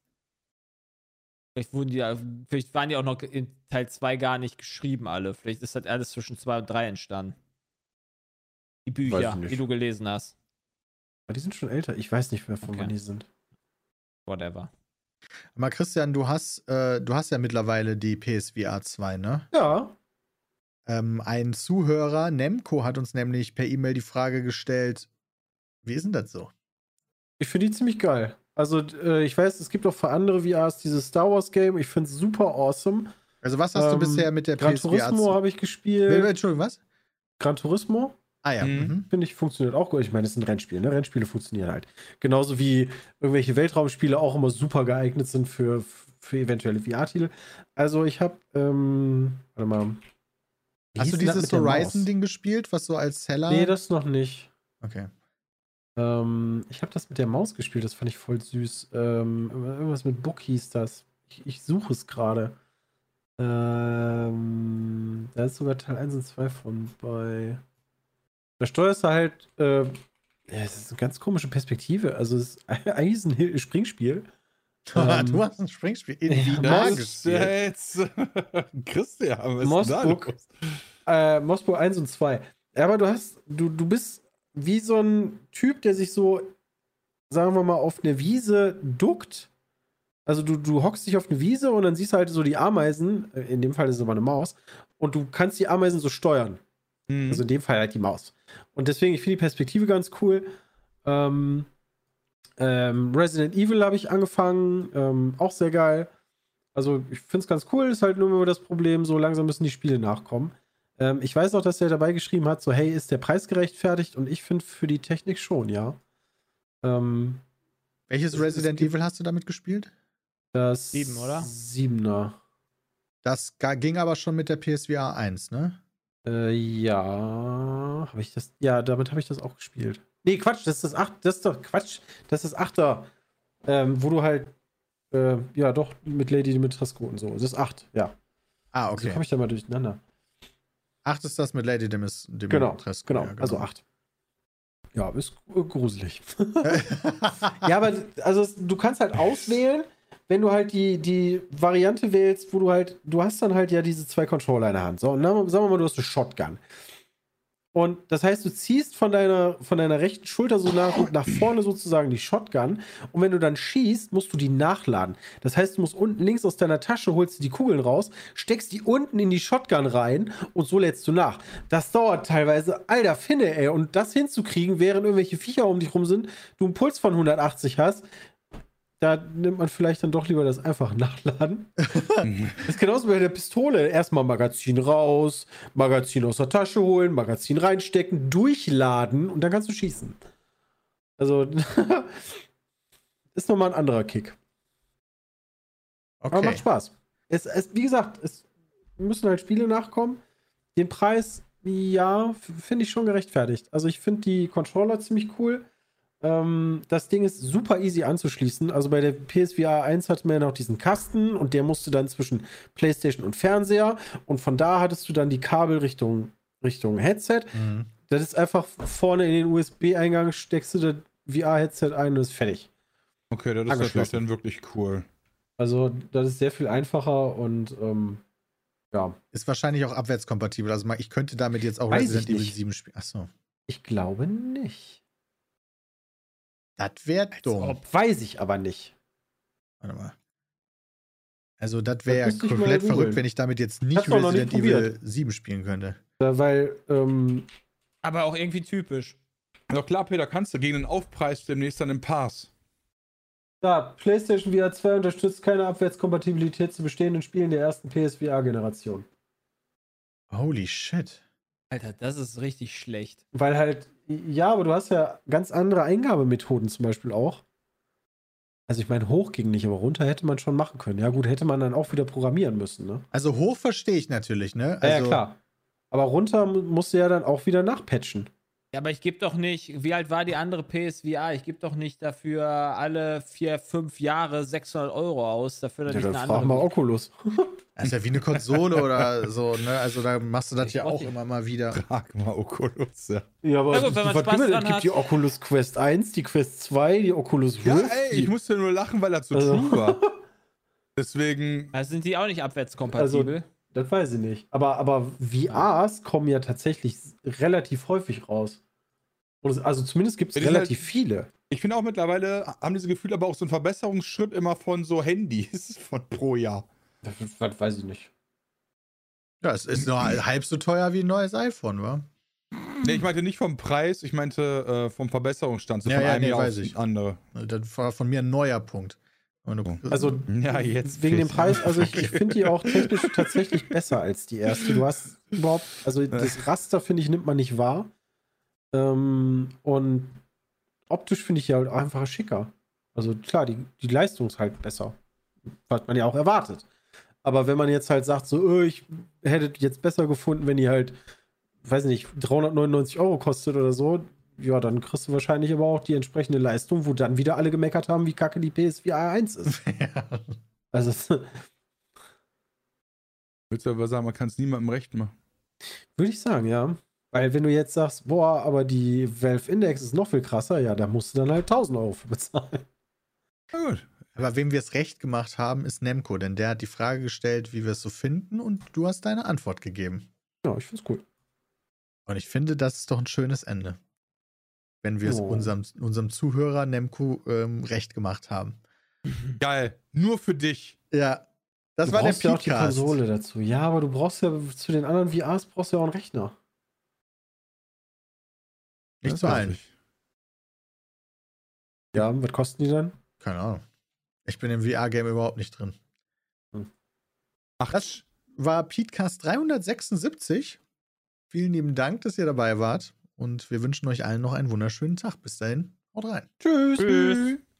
Vielleicht waren die auch noch in Teil 2 gar nicht geschrieben, alle. Vielleicht ist das alles zwischen 2 und 3 entstanden. Die Weiß Bücher, ich nicht. die du gelesen hast. Aber die sind schon älter. Ich weiß nicht mehr, von Okay. wann die sind. Whatever. Aber Christian, du hast ja mittlerweile die PSVR 2, ne? Ja. Ein Zuhörer, Nemco, hat uns nämlich per E-Mail die Frage gestellt, wie ist denn das so? Ich finde die ziemlich geil. Also, ich weiß, es gibt auch für andere VRs dieses Star Wars Game. Ich finde es super awesome. Also was hast du bisher mit der Gran PSVR Turismo 2? habe ich gespielt. Entschuldigung, was? Gran Turismo, Ah ja. Mhm. finde ich, funktioniert auch gut. Ich meine, es sind Rennspiele, ne? Rennspiele funktionieren halt. Genauso wie irgendwelche Weltraumspiele auch immer super geeignet sind für eventuelle VR-Titel. Also, ich habe, warte mal. Wie Hast hieß du denn das dieses mit der Maus? Horizon-Ding gespielt, was so als Seller? Nee, das noch nicht. Okay. Ich habe das mit der Maus gespielt, das fand ich voll süß. Irgendwas mit Book hieß das. Ich suche es gerade. Da ist sogar Teil 1 und 2 von bei. Da steuerst du halt. Ja, es ist eine ganz komische Perspektive. Also, es ist eigentlich ist ein Springspiel. Du hast ein Springspiel in Ja, VR Maus- gespielt. Jetzt. Christian, was ist Mossbook. da los? Mossbook 1 und 2. Ja, aber du bist wie so ein Typ, der sich so, sagen wir mal, auf eine Wiese duckt. Also du hockst dich auf eine Wiese und dann siehst du halt so die Ameisen, in dem Fall ist es aber eine Maus, und du kannst die Ameisen so steuern. Hm. Also in dem Fall halt die Maus. Und deswegen, ich finde die Perspektive ganz cool. Resident Evil habe ich angefangen, auch sehr geil. Also ich finde es ganz cool, ist halt nur immer das Problem, so langsam müssen die Spiele nachkommen. Ich weiß auch, dass er dabei geschrieben hat, so hey, ist der Preis gerechtfertigt? Und ich finde für die Technik schon, ja. Welches Resident Evil hast du damit gespielt? Das 7, oder? 7er. Das ging aber schon mit der PSVR 1, ne? Ja. Habe ich das? Ja, damit habe ich das auch gespielt. Nee, Quatsch, das ist das 8. Das ist doch Quatsch. Das ist das 8er. Wo du halt, ja, doch, mit Lady Dimitrescu und so. Das ist 8, ja. Ah, So okay. komme ich da mal durcheinander. 8 ist das mit Lady Genau, Dimitrescu. genau, Ja, also 8. Ja, ist gruselig. Ja, aber also du kannst halt auswählen, wenn du halt die Variante wählst, wo du hast dann halt ja diese 2 Controller in der Hand. So, und dann, sagen wir mal, du hast eine Shotgun. Und das heißt, du ziehst von deiner rechten Schulter so nach vorne sozusagen die Shotgun. Und wenn du dann schießt, musst du die nachladen. Das heißt, du musst unten links aus deiner Tasche, holst du die Kugeln raus, steckst die unten in die Shotgun rein und so lädst du nach. Das dauert teilweise, alter Finne, ey. Und das hinzukriegen, während irgendwelche Viecher um dich rum sind, du einen Puls von 180 hast, da nimmt man vielleicht dann doch lieber das einfach nachladen. Das ist genauso bei der Pistole. Erstmal Magazin raus, Magazin aus der Tasche holen, Magazin reinstecken, durchladen und dann kannst du schießen. Also, ist nochmal ein anderer Kick. Okay. Aber macht Spaß. Wie gesagt, es müssen halt Spiele nachkommen. Den Preis, ja, finde ich schon gerechtfertigt. Also, ich finde die Controller ziemlich cool. Das Ding ist super easy anzuschließen. Also bei der PSVR 1 hatte man ja noch diesen Kasten und der musste dann zwischen PlayStation und Fernseher und von da hattest du dann die Kabel Richtung Headset. Mhm. Das ist einfach vorne in den USB-Eingang, steckst du das VR-Headset ein und ist fertig. Okay, das ist natürlich dann wirklich cool. Also das ist sehr viel einfacher und ja. Ist wahrscheinlich auch abwärtskompatibel. Also ich könnte damit jetzt auch Weiß Resident ich Evil nicht. 7 spielen. Achso. Ich glaube nicht. Das wäre dumm. Weiß ich aber nicht. Warte mal. Also, das wäre ja müsste ich mal komplett googeln. verrückt, wenn ich damit jetzt nicht Hab's auch noch nicht Resident Evil 7 spielen könnte. Weil, Aber auch irgendwie typisch. Also klar, Peter, kannst du gegen den Aufpreis demnächst dann im Pass. da, PlayStation VR 2 unterstützt keine Abwärtskompatibilität zu bestehenden Spielen der ersten PSVR-Generation. Holy shit. Alter, das ist richtig schlecht. Weil halt, ja, aber du hast ja ganz andere Eingabemethoden zum Beispiel auch. Also ich meine, hoch ging nicht, aber runter hätte man schon machen können. Ja gut, hätte man dann auch wieder programmieren müssen, ne? Also, hoch verstehe ich natürlich, ne? Ja, Also, ja, klar. Aber runter musst du ja dann auch wieder nachpatchen. Ja, aber ich gebe doch nicht, wie alt war die andere PSVR? Ich gebe doch nicht dafür alle 4, 5 Jahre 600 Euro aus, dafür, dass Ja, ich dann eine frag andere. mal Oculus. das ist ja wie eine Konsole oder so, ne? Also, da machst du das Ich ja brauch auch die- immer mal wieder. Frag mal Oculus, ja. Ja, aber Na gut, wenn man was Spaß gibt es? dran Es gibt hat. die Oculus Quest 1, die Quest 2, die Oculus Rift. Ja, ey, ich musste nur lachen, weil das so Also- true war. Deswegen, Also sind die auch nicht abwärtskompatibel? Das weiß ich nicht. Aber VRs kommen ja tatsächlich relativ häufig raus. Also zumindest gibt es Ja, die sind relativ viele. ich finde auch mittlerweile haben diese Gefühle aber auch so einen Verbesserungsschritt immer von so Handys von pro Jahr. Das weiß ich nicht. Ja, es ist nur halb so teuer wie ein neues iPhone, wa? Nee, ich meinte nicht vom Preis, ich meinte vom Verbesserungsstand. So Ja, von ja, einem nee, Jahr weiß aufs ich. andere. Das war von mir ein neuer Punkt. Also Ja, jetzt. wegen dem Piss. Preis, also ich finde die auch technisch tatsächlich besser als die erste. Du hast überhaupt, also das Raster, finde ich, nimmt man nicht wahr. Und optisch finde ich ja halt einfach schicker. Also klar, die Leistung ist halt besser. Was man ja auch erwartet. Aber wenn man jetzt halt sagt, so, ich hätte jetzt besser gefunden, wenn die halt, weiß nicht, 399 Euro kostet oder so, ja, dann kriegst du wahrscheinlich aber auch die entsprechende Leistung, wo dann wieder alle gemeckert haben, wie kacke die PSVR 1 ist. Ja. Also, Würdest du aber sagen, man kann es niemandem recht machen. würde ich sagen, ja. Weil wenn du jetzt sagst, boah, aber die Valve Index ist noch viel krasser, ja, da musst du dann halt 1000 Euro für bezahlen. Na gut. Aber wem wir es recht gemacht haben, ist Nemco, denn der hat die Frage gestellt, wie wir es so finden, und du hast deine Antwort gegeben. Ja, ich find's cool. Und ich finde, das ist doch ein schönes Ende. Wenn wir es Oh. unserem Zuhörer Nemco recht gemacht haben. Geil. Nur für dich. Ja, das Du war der brauchst ja auch die Podcast. Konsole dazu. Ja, aber du brauchst ja zu den anderen VRs brauchst du ja auch einen Rechner. Nicht Das zu weiß allen. ich. Ja, was kosten die dann? Keine Ahnung. Ich bin im VR-Game überhaupt nicht drin. Ach, Das war Petecast 376. Vielen lieben Dank, dass ihr dabei wart. Und wir wünschen euch allen noch einen wunderschönen Tag. Bis dahin, haut rein. Tschüss. Tschüss.